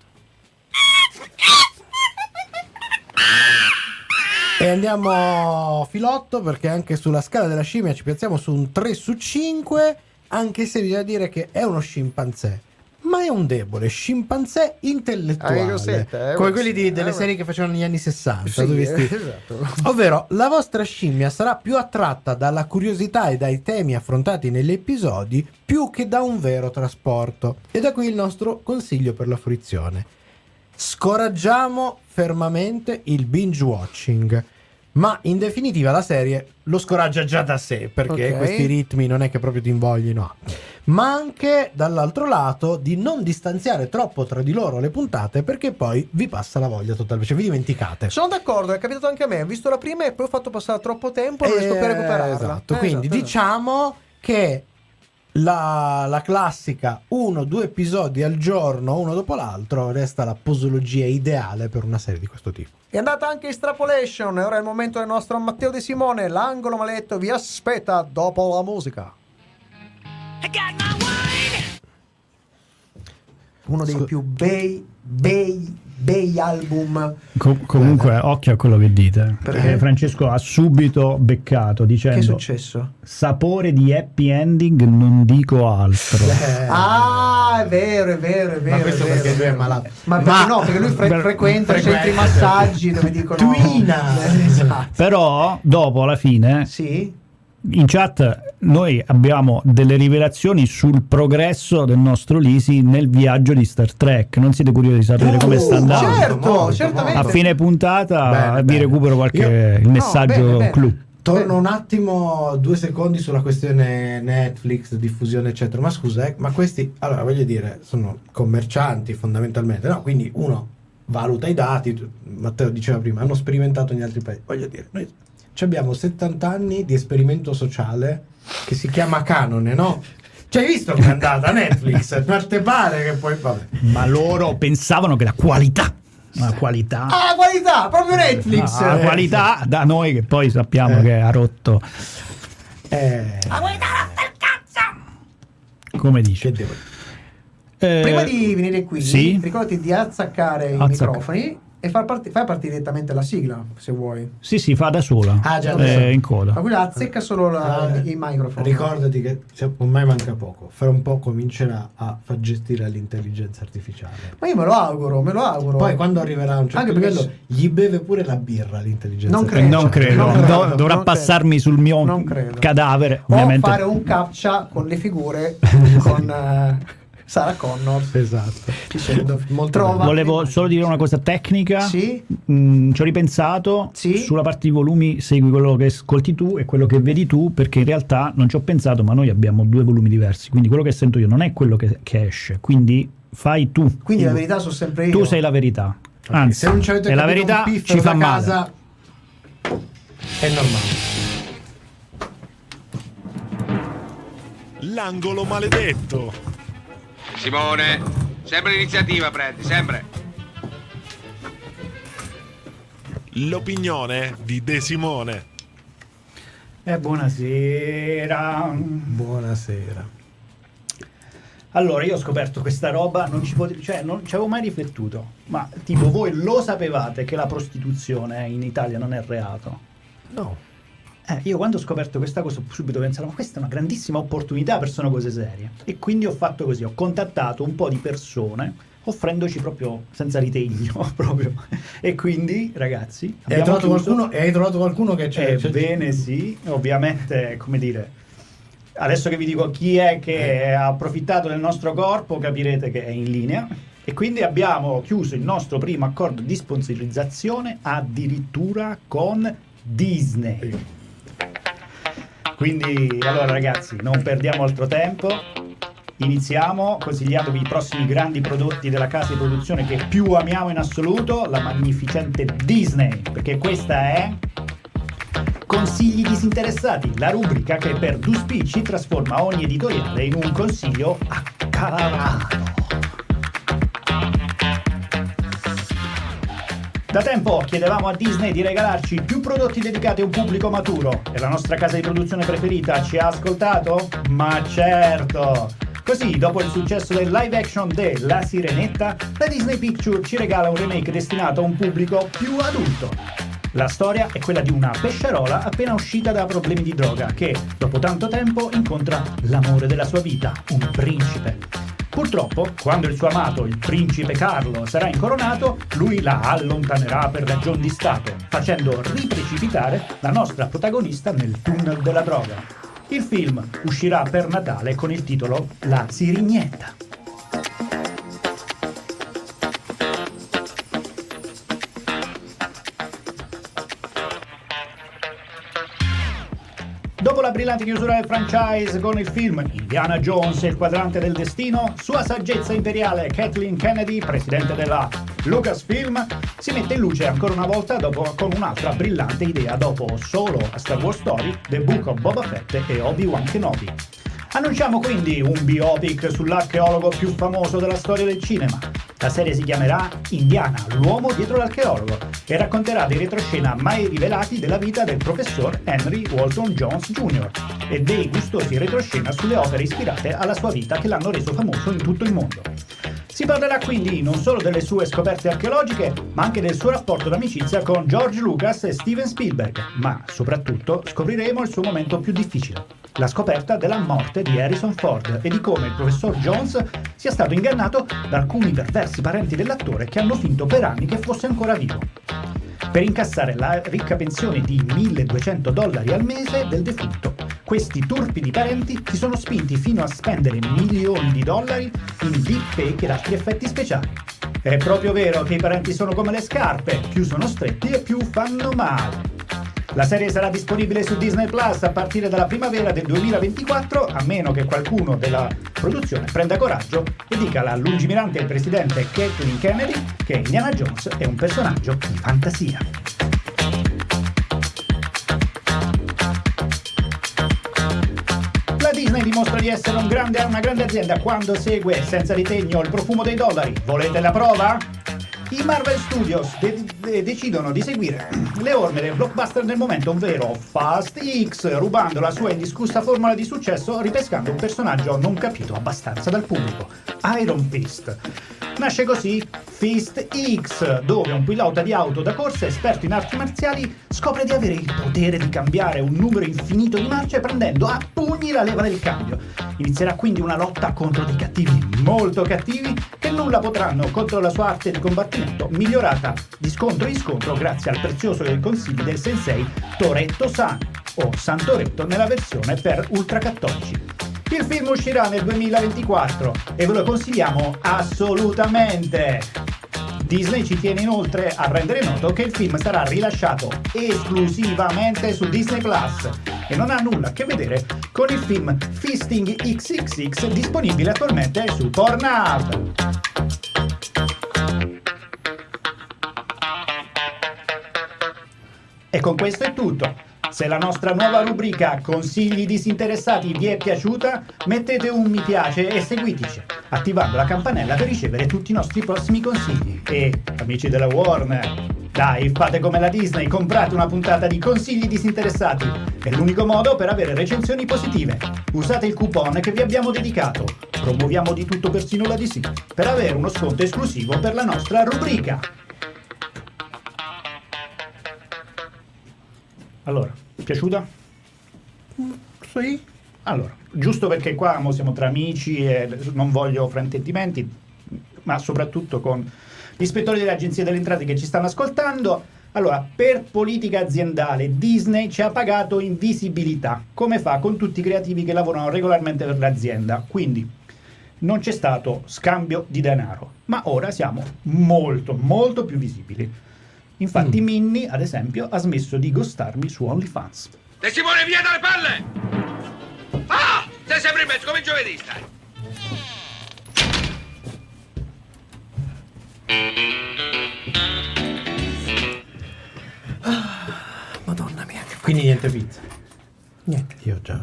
E andiamo filotto, perché anche sulla scala della scimmia ci piazziamo su un tre su cinque, anche se bisogna dire che è uno scimpanzé, ma è un debole scimpanzé intellettuale, Ah, che cosetta, eh, come questo, quelli di- delle eh, serie che facevano negli anni sessanta, Sì, tu visti? esatto. Ovvero, la vostra scimmia sarà più attratta dalla curiosità e dai temi affrontati negli episodi più che da un vero trasporto. E da qui il nostro consiglio per la fruizione: scoraggiamo fermamente il binge watching, ma in definitiva la serie lo scoraggia già da sé, perché Ok. questi ritmi non è che proprio ti invoglino a. Ma anche dall'altro lato di non distanziare troppo tra di loro le puntate, perché poi vi passa la voglia totalmente, cioè vi dimenticate. Sono d'accordo, è capitato anche a me. Ho visto la prima e poi ho fatto passare troppo tempo e non riesco più a Eh, recuperarla. Esatto, Eh, quindi esatto, diciamo che la, la classica uno due episodi al giorno, uno dopo l'altro, resta la posologia ideale per una serie di questo tipo. È andata anche Extrapolation e ora è il momento del nostro Matteo De Simone. L'angolo maledetto vi aspetta dopo la musica. Uno dei Scu- più bei, bei, bei album. Co- comunque, occhio a quello che dite. Perché? Eh, Francesco ha subito beccato Che è dicendo successo? sapore di happy ending, non dico altro. Eh, Ah, è vero, è vero, è vero. Ma questo è vero, perché è lui è vero. malato. Ma, Ma- perché no, perché lui fre- Per- frequenta i frequenta. centri massaggi dove dicono Twina! Eh, esatto. Però, dopo, alla fine, Sì. in chat noi abbiamo delle rivelazioni sul progresso del nostro Lisi nel viaggio di Star Trek. Non siete curiosi di sapere come sta andando? Certo, Molto, certamente. A fine puntata Bene, vi bene. recupero qualche Io- il messaggio bene, bene. clou. Torno un attimo, due secondi, sulla questione Netflix, diffusione eccetera. Ma scusa, eh, ma questi, allora voglio dire, sono commercianti fondamentalmente, no? Quindi uno valuta i dati, tu- Matteo diceva prima, hanno sperimentato negli altri paesi. Voglio dire, noi ci abbiamo settanta anni di esperimento sociale che si chiama canone, no? Cioè, hai visto com'è andata Netflix? Non te pare che poi, vabbè. Ma loro pensavano che la qualità, la qualità, Ah, qualità, proprio Netflix. ah, la qualità da noi che poi sappiamo Eh. che ha rotto, Eh, come dice. che devo dire? Eh, Prima di venire qui, sì? ricordati di azzaccare i Azzac- microfoni e far, parti- far partire direttamente la sigla, se vuoi. Sì, sì, fa da sola. Ah, già, eh, adesso. in coda. Ma quella azzecca solo la, Ah, i microfoni. Ricordati che cioè, ormai manca poco, fra un po' comincerà a far gestire l'intelligenza artificiale. Ma io me lo auguro, me lo auguro. Poi quando arriverà a un certo Anche perché livello gli beve pure la birra l'intelligenza Non Eh, credo. non credo, Non Do- credo, dovrà non passarmi credo. sul mio Non credo. cadavere, o ovviamente. fare un captcha con le figure con eh, Sarah Connor Esatto. dicendo Molto trova Volevo solo dire una cosa tecnica. Sì? Mm, ci ho ripensato. Sì? Sulla parte di volumi segui quello che ascolti tu e quello che vedi tu, perché in realtà non ci ho pensato, ma noi abbiamo due volumi diversi, quindi quello che sento io non è quello che, che esce, quindi fai tu. Quindi la Tu- verità sono sempre io. tu sei la verità. Anzi, Se non ci avete è la capito verità un piffero ci fa da male. casa, è normale. L'angolo maledetto. Simone, sempre l'iniziativa prendi, sempre. L'opinione di De Simone. Eh, buonasera. Buonasera. Allora, io ho scoperto questa roba, non ci potevo, cioè non ci avevo mai riflettuto, ma tipo voi lo sapevate che la prostituzione in Italia non è reato? No. Eh, io quando ho scoperto questa cosa ho subito pensato, ma questa è una grandissima opportunità per sono cose serie. E quindi ho fatto così, ho contattato un po' di persone offrendoci proprio senza ritegno proprio. E quindi, ragazzi, E hai trovato, chiuso. qualcuno, e hai trovato qualcuno che c'è? Ebbene sì, ovviamente, come dire, adesso che vi dico chi è che ha approfittato del nostro corpo, capirete che è in linea. E quindi abbiamo chiuso il nostro primo accordo di sponsorizzazione addirittura con Disney. Quindi, allora ragazzi, non perdiamo altro tempo. Iniziamo consigliandovi i prossimi grandi prodotti della casa di produzione che più amiamo in assoluto, la magnificente Disney, perché questa è Consigli disinteressati, la rubrica che per due spicci trasforma ogni editoriale in un consiglio acclarato. Da tempo chiedevamo a Disney di regalarci più prodotti dedicati a un pubblico maturo e la nostra casa di produzione preferita ci ha ascoltato? Ma certo! Così, dopo il successo del live action de La Sirenetta, la Disney Pictures ci regala un remake destinato a un pubblico più adulto. La storia è quella di una pesciarola appena uscita da problemi di droga che, dopo tanto tempo, incontra l'amore della sua vita, un principe. Purtroppo, quando il suo amato, il principe Carlo, sarà incoronato, lui la allontanerà per ragioni di stato, facendo riprecipitare la nostra protagonista nel tunnel della droga. Il film uscirà per Natale con il titolo La Sirignetta. Dopo la brillante chiusura del franchise con il film Indiana Jones e il quadrante del destino, Sua Saggezza Imperiale Kathleen Kennedy, presidente della Lucasfilm, si mette in luce ancora una volta dopo, con un'altra brillante idea dopo solo a Star Wars Story, The Book of Boba Fett e Obi-Wan Kenobi. Annunciamo quindi un biopic sull'archeologo più famoso della storia del cinema. La serie si chiamerà Indiana, l'uomo dietro l'archeologo, e racconterà dei retroscena mai rivelati della vita del professor Henry Walton Jones Junior e dei gustosi retroscena sulle opere ispirate alla sua vita che l'hanno reso famoso in tutto il mondo. Si parlerà quindi non solo delle sue scoperte archeologiche, ma anche del suo rapporto d'amicizia con George Lucas e Steven Spielberg, ma soprattutto scopriremo il suo momento più difficile, la scoperta della morte di Harrison Ford e di come il professor Jones sia stato ingannato da alcuni perversi parenti dell'attore che hanno finto per anni che fosse ancora vivo. Per incassare la ricca pensione di milleduecento dollari al mese del defunto, questi turpidi parenti si sono spinti fino a spendere milioni di dollari in deepfake ed altri effetti speciali. È proprio vero che i parenti sono come le scarpe, più sono stretti e più fanno male. La serie sarà disponibile su Disney Plus a partire dalla primavera del duemilaventiquattro, a meno che qualcuno della produzione prenda coraggio e dica alla lungimirante presidente Kathleen Kennedy che Indiana Jones è un personaggio di fantasia. La Disney dimostra di essere un grande, una grande azienda quando segue senza ritegno il profumo dei dollari. Volete la prova? I Marvel Studios de- de- decidono di seguire le orme del blockbuster del momento, ovvero Fast X, rubando la sua indiscussa formula di successo ripescando un personaggio non capito abbastanza dal pubblico, Iron Fist. Nasce così Fist X, dove un pilota di auto da corsa esperto in arti marziali scopre di avere il potere di cambiare un numero infinito di marce prendendo a pugni la leva del cambio. Inizierà quindi una lotta contro dei cattivi molto cattivi che nulla potranno contro la sua arte di combattimento migliorata di scontro in scontro grazie al prezioso consiglio del sensei Toretto-san, o Santoretto nella versione per ultracattolici. Il film uscirà nel duemilaventiquattro e ve lo consigliamo assolutamente. Disney ci tiene inoltre a rendere noto che il film sarà rilasciato esclusivamente su Disney Plus e non ha nulla a che vedere con il film Fisting X X X disponibile attualmente su Pornhub. E con questo è tutto. Se la nostra nuova rubrica Consigli disinteressati vi è piaciuta, mettete un mi piace e seguiteci, attivando la campanella per ricevere tutti i nostri prossimi consigli. E, amici della Warner, dai, fate come la Disney, comprate una puntata di Consigli disinteressati. È l'unico modo per avere recensioni positive. Usate il coupon che vi abbiamo dedicato, Promuoviamo di tutto, persino la D C, per avere uno sconto esclusivo per la nostra rubrica. Allora, piaciuta? Sì. Allora, giusto perché qua mo siamo tra amici e non voglio fraintendimenti, ma soprattutto con gli ispettori delle agenzie delle entrate che ci stanno ascoltando. Allora, per politica aziendale Disney ci ha pagato in visibilità, come fa con tutti i creativi che lavorano regolarmente per l'azienda. Quindi non c'è stato scambio di denaro, ma ora siamo molto molto più visibili. Infatti mm. Minnie, ad esempio, ha smesso di ghostarmi su OnlyFans. De Simone, via dalle palle! Ah! Sei sempre in mezzo come il giovedì, stai! Ah, Madonna mia. Quindi niente pizza. Niente. Io già.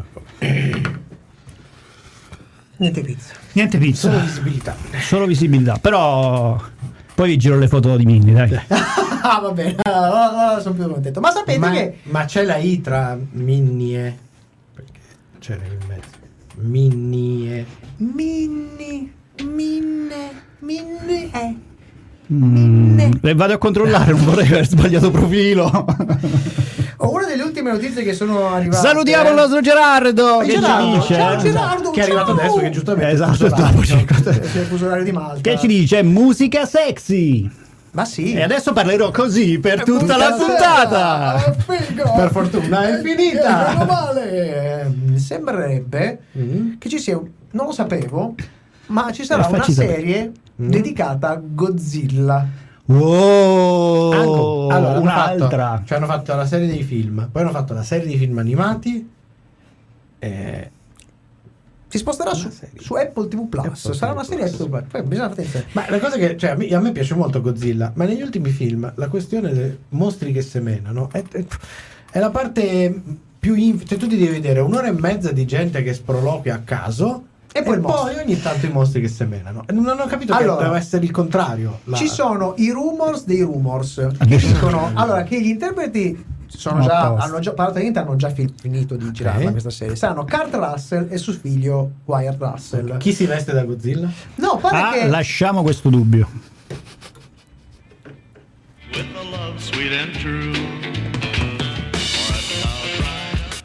Niente pizza. Niente pizza. Solo visibilità. Solo visibilità. Però poi vi giro le foto di Minnie, dai. Ah, va bene. Allora, allora sono più contento. Ma sapete ma, che. ma c'è la I tra Minnie. Perché c'era in mezzo. Minnie. Minni. Minne. Minne. Eh. Mm, e vado a controllare, non vorrei aver sbagliato profilo. Ho una delle ultime notizie che sono arrivate. Salutiamo il nostro Gerardo, che Gerardo, ci dice? ciao Gerardo, Che è arrivato ciao. adesso, che giustamente Esatto, è dopo fuso orario. C'è il fuso orario di Malta. Che ci dice? Musica sexy. Ma sì. E adesso parlerò così per tutta la puntata. Ah, figo. Per fortuna è Eh, finita. eh, meno male. Eh, Sembrerebbe Mm. che ci sia, non lo sapevo, ma ci sarà Eh, una facci sapere. serie Mm. dedicata a Godzilla. Wow, Anco- allora, hanno un'altra. fatto, cioè hanno fatto la serie dei film, poi hanno fatto la serie dei film animati. E Si sposterà su, Una serie. su Apple T V Plus. Apple Sarà T V una serie Plus. Apple T V Plus. Poi bisogna fare attenzione. Ma la cosa che, cioè, a me, a me piace molto Godzilla, ma negli ultimi film la questione dei mostri che semenano è, è, è la parte più in, cioè tu ti devi vedere un'ora e mezza di gente che sproloquia a caso E e poi poi, il mostro. ogni tanto i mostri che semenano. E non ho capito Allora, che deve essere il contrario. la- Ci sono i rumors dei rumors che dicono allora che gli interpreti sono No, già, posto. hanno già praticamente hanno già fi- finito di girarla Ok. questa serie. Saranno Kurt Russell e suo figlio Wyatt Russell. Chi si veste da Godzilla? No, pare Ah, che lasciamo questo dubbio. With a love sweet and true. For a thousand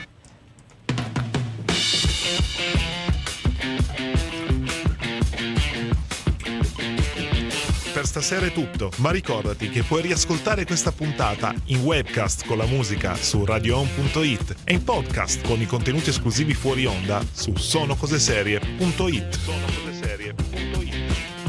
Per stasera è tutto, ma ricordati che puoi riascoltare questa puntata in webcast con la musica su radio on punto it e in podcast con i contenuti esclusivi fuori onda su sonocoseserie punto it. sonocoseserie punto it.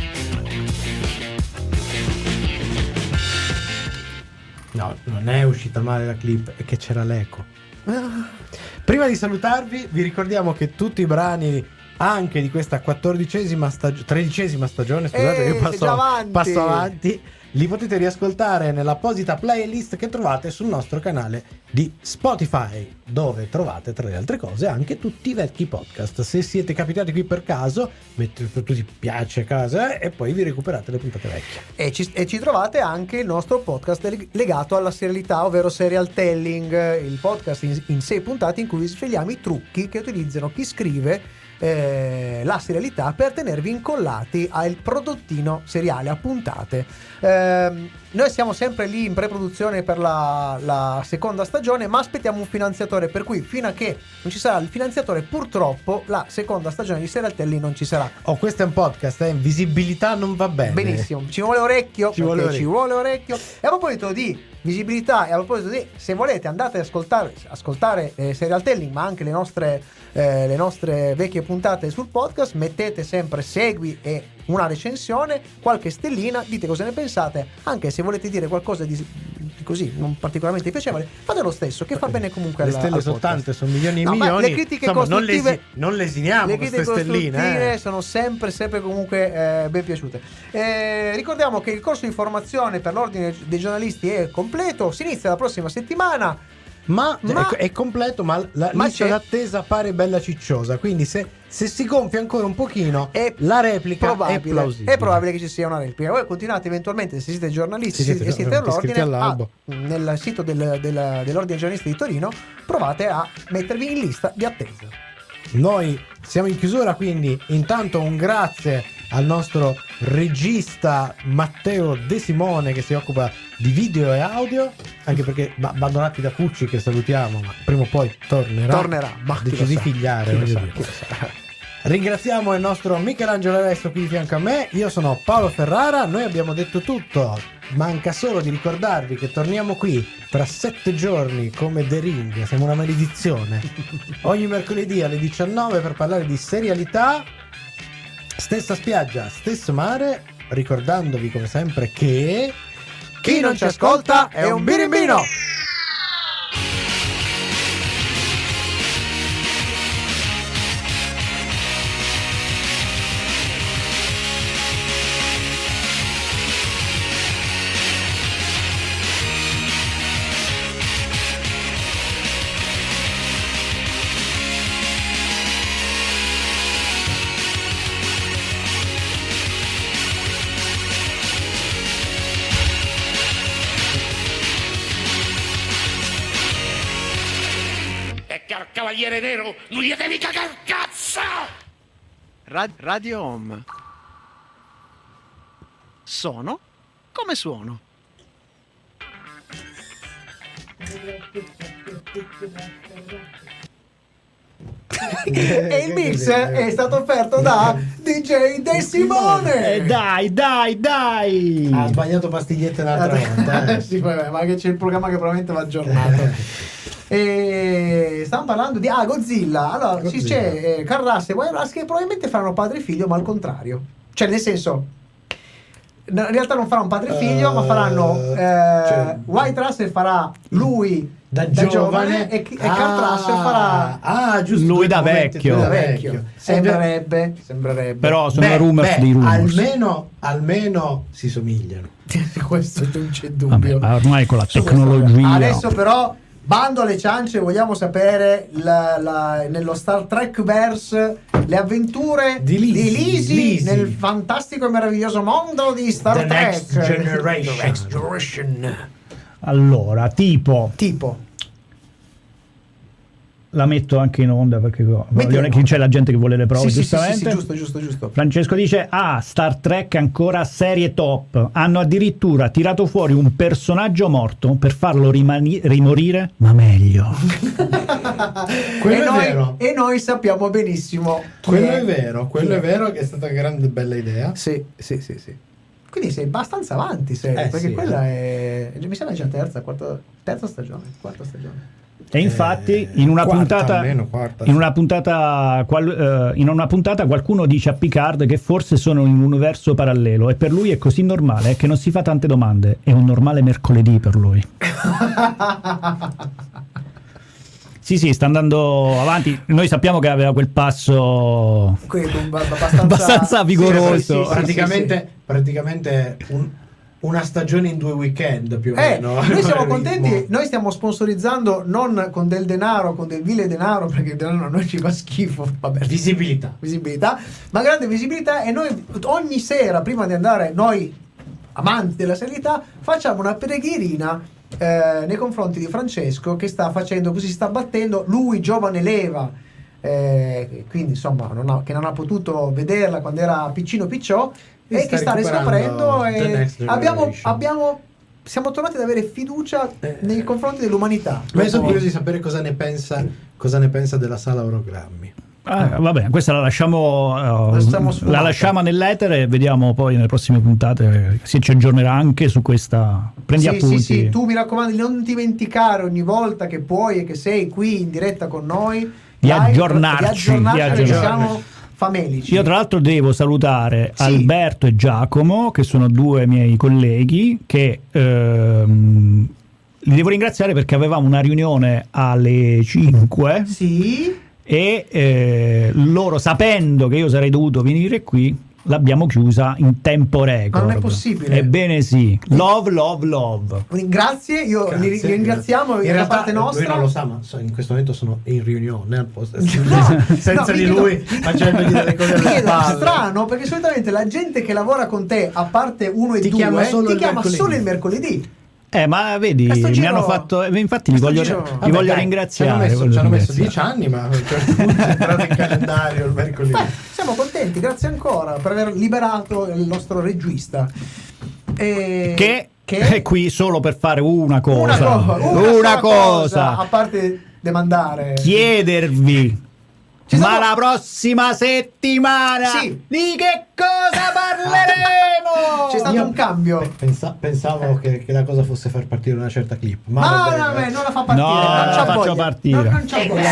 No, non è uscita male la clip, è che c'era l'eco. Prima di salutarvi, vi ricordiamo che tutti i brani anche di questa quattordicesima stagione, tredicesima stagione, scusate, Eh, che passo, sei già avanti. passo avanti, li potete riascoltare nell'apposita playlist che trovate sul nostro canale di Spotify, dove trovate tra le altre cose anche tutti i vecchi podcast. Se siete capitati qui per caso, mettete tutti piace a casa eh, e poi vi recuperate le puntate vecchie. E ci, e ci trovate anche il nostro podcast leg- legato alla serialità, ovvero serial telling, il podcast in, in sei puntate in cui vi svegliamo i trucchi che utilizzano chi scrive eh, la serialità per tenervi incollati al prodottino seriale, a puntate. Ehm, noi siamo sempre lì in pre-produzione per la, la seconda stagione, ma aspettiamo un finanziatore, per cui fino a che non ci sarà il finanziatore, purtroppo la seconda stagione di Serial Telling non ci sarà. Oh, questo è un podcast, eh? Visibilità non va bene. Benissimo, ci vuole orecchio, Ci vuole perché ci orecchio. vuole orecchio. E a proposito di visibilità e a proposito di, se volete andate ad ascoltare, ascoltare eh, Serial Telling, ma anche le nostre, eh, le nostre vecchie puntate sul podcast, mettete sempre segui e una recensione, qualche stellina, dite cosa ne pensate, anche se volete dire qualcosa di, di così non particolarmente piacevole, fate lo stesso, che fa bene comunque Le al- stelle al sono podcast. tante, sono milioni e No, ma milioni. le critiche Insomma, non, costruttive- lesi- non lesiniamo le queste critiche stelline. costruttive Eh. sono sempre sempre comunque eh, ben piaciute. Eh, ricordiamo che il corso di formazione per l'ordine dei giornalisti è completo, si inizia la prossima settimana. Ma, Ma- è, è completo, ma la Ma lista c'è- d'attesa pare bella cicciosa. Quindi, se, se si gonfia ancora un pochino, È la replica è probabile, plausibile. è probabile che ci sia una replica. Voi continuate eventualmente, se siete giornalisti Se siete- e siete iscritti all'ordine, all'albo. a- nel sito del, del- dell'ordine dei giornalisti di Torino, provate a mettervi in lista di attesa. noi siamo in chiusura, quindi intanto un grazie al nostro regista Matteo De Simone che si occupa di video e audio, anche perché ma, abbandonati da Pucci, che salutiamo, ma prima o poi tornerà. Tornerà, ma ha deciso di figliare. Chi lo sa, dire. chi lo sa. Ringraziamo il nostro Michelangelo Alesso qui di fianco a me. Io sono Paolo Ferrara. Noi abbiamo detto tutto. Manca solo di ricordarvi che torniamo qui tra sette giorni come The Ring. Siamo una maledizione. Ogni mercoledì alle diciannove per parlare di serialità. Stessa spiaggia, stesso mare. Ricordandovi come sempre che Chi non ci ascolta è un birimbino. Cavaliere Nero, non gli devi cagar cazzo! Ra- Radio Home. Sono come suono. E il mix è stato offerto da D J De Simone. Eh, dai, dai, dai! ha sbagliato pastigliette l'altra volta. Eh. Sì, vabbè, ma che c'è il programma che probabilmente va aggiornato. E stavamo parlando di ah, Godzilla. Allora Godzilla. Ci c'è eh, Carl Russell e Wayne Russell che probabilmente faranno padre e figlio, ma al contrario. Cioè, nel senso, in realtà non faranno padre e figlio, Uh, ma faranno eh, cioè, White Russell farà lui da, da giovane, giovane e, e Kurt Russell farà ah, giusto, Lui due da momenti, vecchio. due da vecchio. Sembrerebbe, sembrerebbe. Però sono Beh, rumors beh, di rumors. almeno, almeno si somigliano. Questo non c'è Vabbè, dubbio. ma ormai con la Su questo- tecnologia. Adesso però bando alle ciance, vogliamo sapere la- la- nello Star Trek verse le avventure Di Lisi, Lisi Lisi. nel fantastico e meraviglioso mondo di Star The Trek. Next Generation. The Next Generation. Allora, tipo, Tipo la metto anche in onda perché voglio- Mettila. che c'è la gente che vuole le prove, sì, sì, sì, sì, giustamente. sì, giusto, giusto, giusto. Francesco dice: ah, Star Trek ancora serie top. Hanno addirittura tirato fuori un personaggio morto per farlo rimani- rimorire, ma meglio. Quello e, è noi, vero. e noi sappiamo benissimo chi Quello è. è vero, quello Chi è vero che è stata una grande bella idea. Sì, sì, sì, sì. Quindi sei abbastanza avanti, sei, Eh, perché sì, quella è mi sembra già terza, quarta, terza stagione, quarta stagione. E infatti Eh, in una quarta, puntata almeno quarta, in sì. una puntata qual- eh, in una puntata qualcuno dice a Picard che forse sono in un universo parallelo e per lui è così normale che non si fa tante domande. È un normale mercoledì per lui. Sì, sì, sta andando avanti. Noi sappiamo che aveva quel passo Quindi, abbastanza, abbastanza vigoroso. Sì, sì, sì, sì, praticamente, sì, sì. praticamente un- una stagione in due weekend più o Eh, meno. noi siamo Il contenti, ritmo. noi stiamo sponsorizzando non con del denaro, con del vile denaro, perché il denaro a noi ci fa schifo, vabbè, Visibilità. visibilità, ma grande visibilità, e noi ogni sera prima di andare, noi amanti della serietà, facciamo una pregherina eh, nei confronti di Francesco che sta facendo così, sta battendo, lui giovane leva, eh, quindi insomma non ha, che non ha potuto vederla quando era piccino picciò E e sta che sta recuperando riscoprendo The e Next abbiamo, Generation. abbiamo siamo tornati ad avere fiducia Eh. nei confronti dell'umanità. Ma io sono Dopo- curioso di sapere cosa ne pensa, cosa ne pensa della sala orogrammi. Ah, va bene, questa la lasciamo, eh, Lasciamo sfumata. la lasciamo nell'etere e vediamo poi nelle prossime puntate se ci aggiornerà anche su questa. Prendi sì, appunti. sì, sì, tu mi raccomando di non dimenticare ogni volta che puoi e che sei qui in diretta con noi Di live, aggiornarci, di aggiornarci, di perché aggiornarci. siamo famelici. Io tra l'altro devo salutare Sì. Alberto e Giacomo, che sono due miei colleghi, che ehm, li devo ringraziare perché avevamo una riunione alle cinque Sì. e eh, loro, sapendo che io sarei dovuto venire qui, l'abbiamo chiusa in tempo record. Ma non è possibile. Ebbene sì, love, love, love. Grazie, io Grazie, li, li ringraziamo grazie. In da realtà parte nostra. lui non lo sa, ma so- in questo momento sono in riunione al posto No, senza no, di mi chiedo- lui facendogli delle cose mi alle chiedo, spalle. strano, perché solitamente la gente che lavora con te, a parte uno e Ti due, chiama solo ti il chiama mercoledì. solo il mercoledì. Eh, ma vedi, Questo mi giro- hanno fatto. Infatti, li questo voglio, giro- li Vabbè, voglio dai, ringraziare. Ci hanno messo, voglio ci hanno messo ringraziare. dieci anni, ma a un certo punto è entrato in calendario il mercoledì. Beh, siamo contenti, grazie ancora per aver liberato il nostro regista. E... Che, che è qui solo per fare una cosa. una, co- una Una sola cosa. a parte demandare. Chiedervi. Ci Ma siamo- la prossima settimana Sì. di che cosa parleremo? C'è stato Io- un cambio. Pensa- pensavo che, che la cosa fosse far partire una certa clip. Ma Ma va no, bene. no, non la fa partire. No, non la c'ha faccio voglia. partire. Non, non c'ha voglia.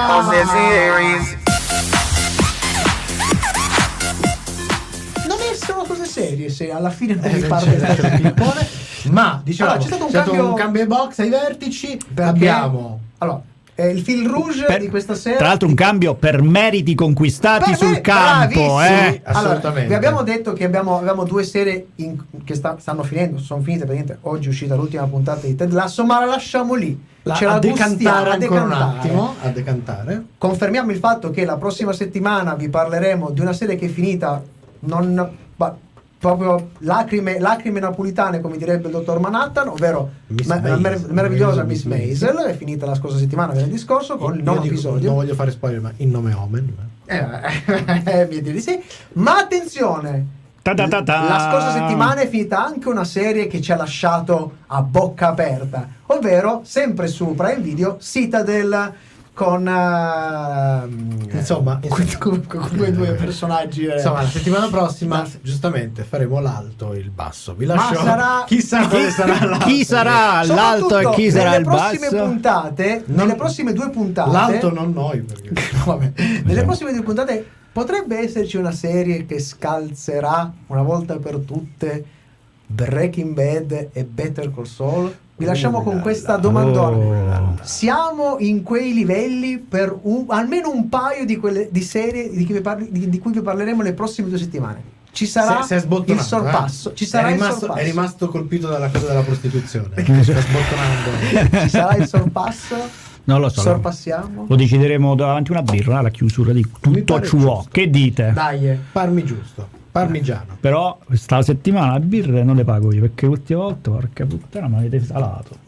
Non è solo cose serie se alla fine non Eh, mi c'è- parli c'è il clippone. Ma dicevamo, Allora, c'è stato un c'è stato cambio- un cambio ai box ai vertici. Perché- Abbiamo Allora, eh, il fil rouge Per- di questa sera. Tra l'altro un cambio per meriti conquistati Per sul me- campo, bravissimi. eh. Allora, Assolutamente. vi abbiamo detto che abbiamo, abbiamo due serie in- che sta- stanno finendo, sono finite praticamente. Oggi è uscita l'ultima puntata di Ted Lasso, ma la lasciamo lì. la, Ce a la decantare gustiamo, a ancora un decantare. attimo. A decantare. Confermiamo il fatto che la prossima settimana vi parleremo di una serie che è finita non ba- proprio lacrime, lacrime napolitane, come direbbe il dottor Manhattan, ovvero Miss ma- la mer- Maisel. meravigliosa Miss Miss Maisel. È finita la scorsa settimana, venerdì scorso, con il Io nono dico- episodio. Non voglio fare spoiler, ma in nome Omen. Eh, eh, mi dire di sì. Ma attenzione, Ta ta ta ta. la scorsa settimana è finita anche una serie che ci ha lasciato a bocca aperta, ovvero sempre su Prime Video, Citadel, con eh, Insomma, que- con, con quei due personaggi. eh. Insomma, la settimana prossima, Ma- giustamente, faremo l'alto e il basso. Vi Ma lascio. sarà- Chissà dove sarà l'alto. Chi sarà l'alto e Soprattutto chi sarà nelle il prossime basso? puntate, Non- nelle prossime due puntate, L'alto non noi. Perché... No, vabbè. Nelle prossime due puntate potrebbe esserci una serie che scalzerà una volta per tutte Breaking Bad e Better Call Saul. Vi lasciamo con questa domandona. Oh. Siamo in quei livelli per un- almeno un paio di, quelle, di serie di cui, vi parli- di- di cui vi parleremo le prossime due settimane. Ci sarà Si è- si è il sbottonato, sorpasso. eh. Ci sarà è il rimasto, sorpasso. è rimasto colpito dalla cosa della prostituzione. Sta sbottonando. Ci sarà il sorpasso. Non lo so. Sorpassiamo. Lo decideremo davanti a una birra, la chiusura di Mi tutto pare ciò. giusto. Che dite? Dai. Parmi giusto. Parmigiano. Però questa settimana le birre non le pago io perché l'ultima volta, porca puttana, mi avete salato.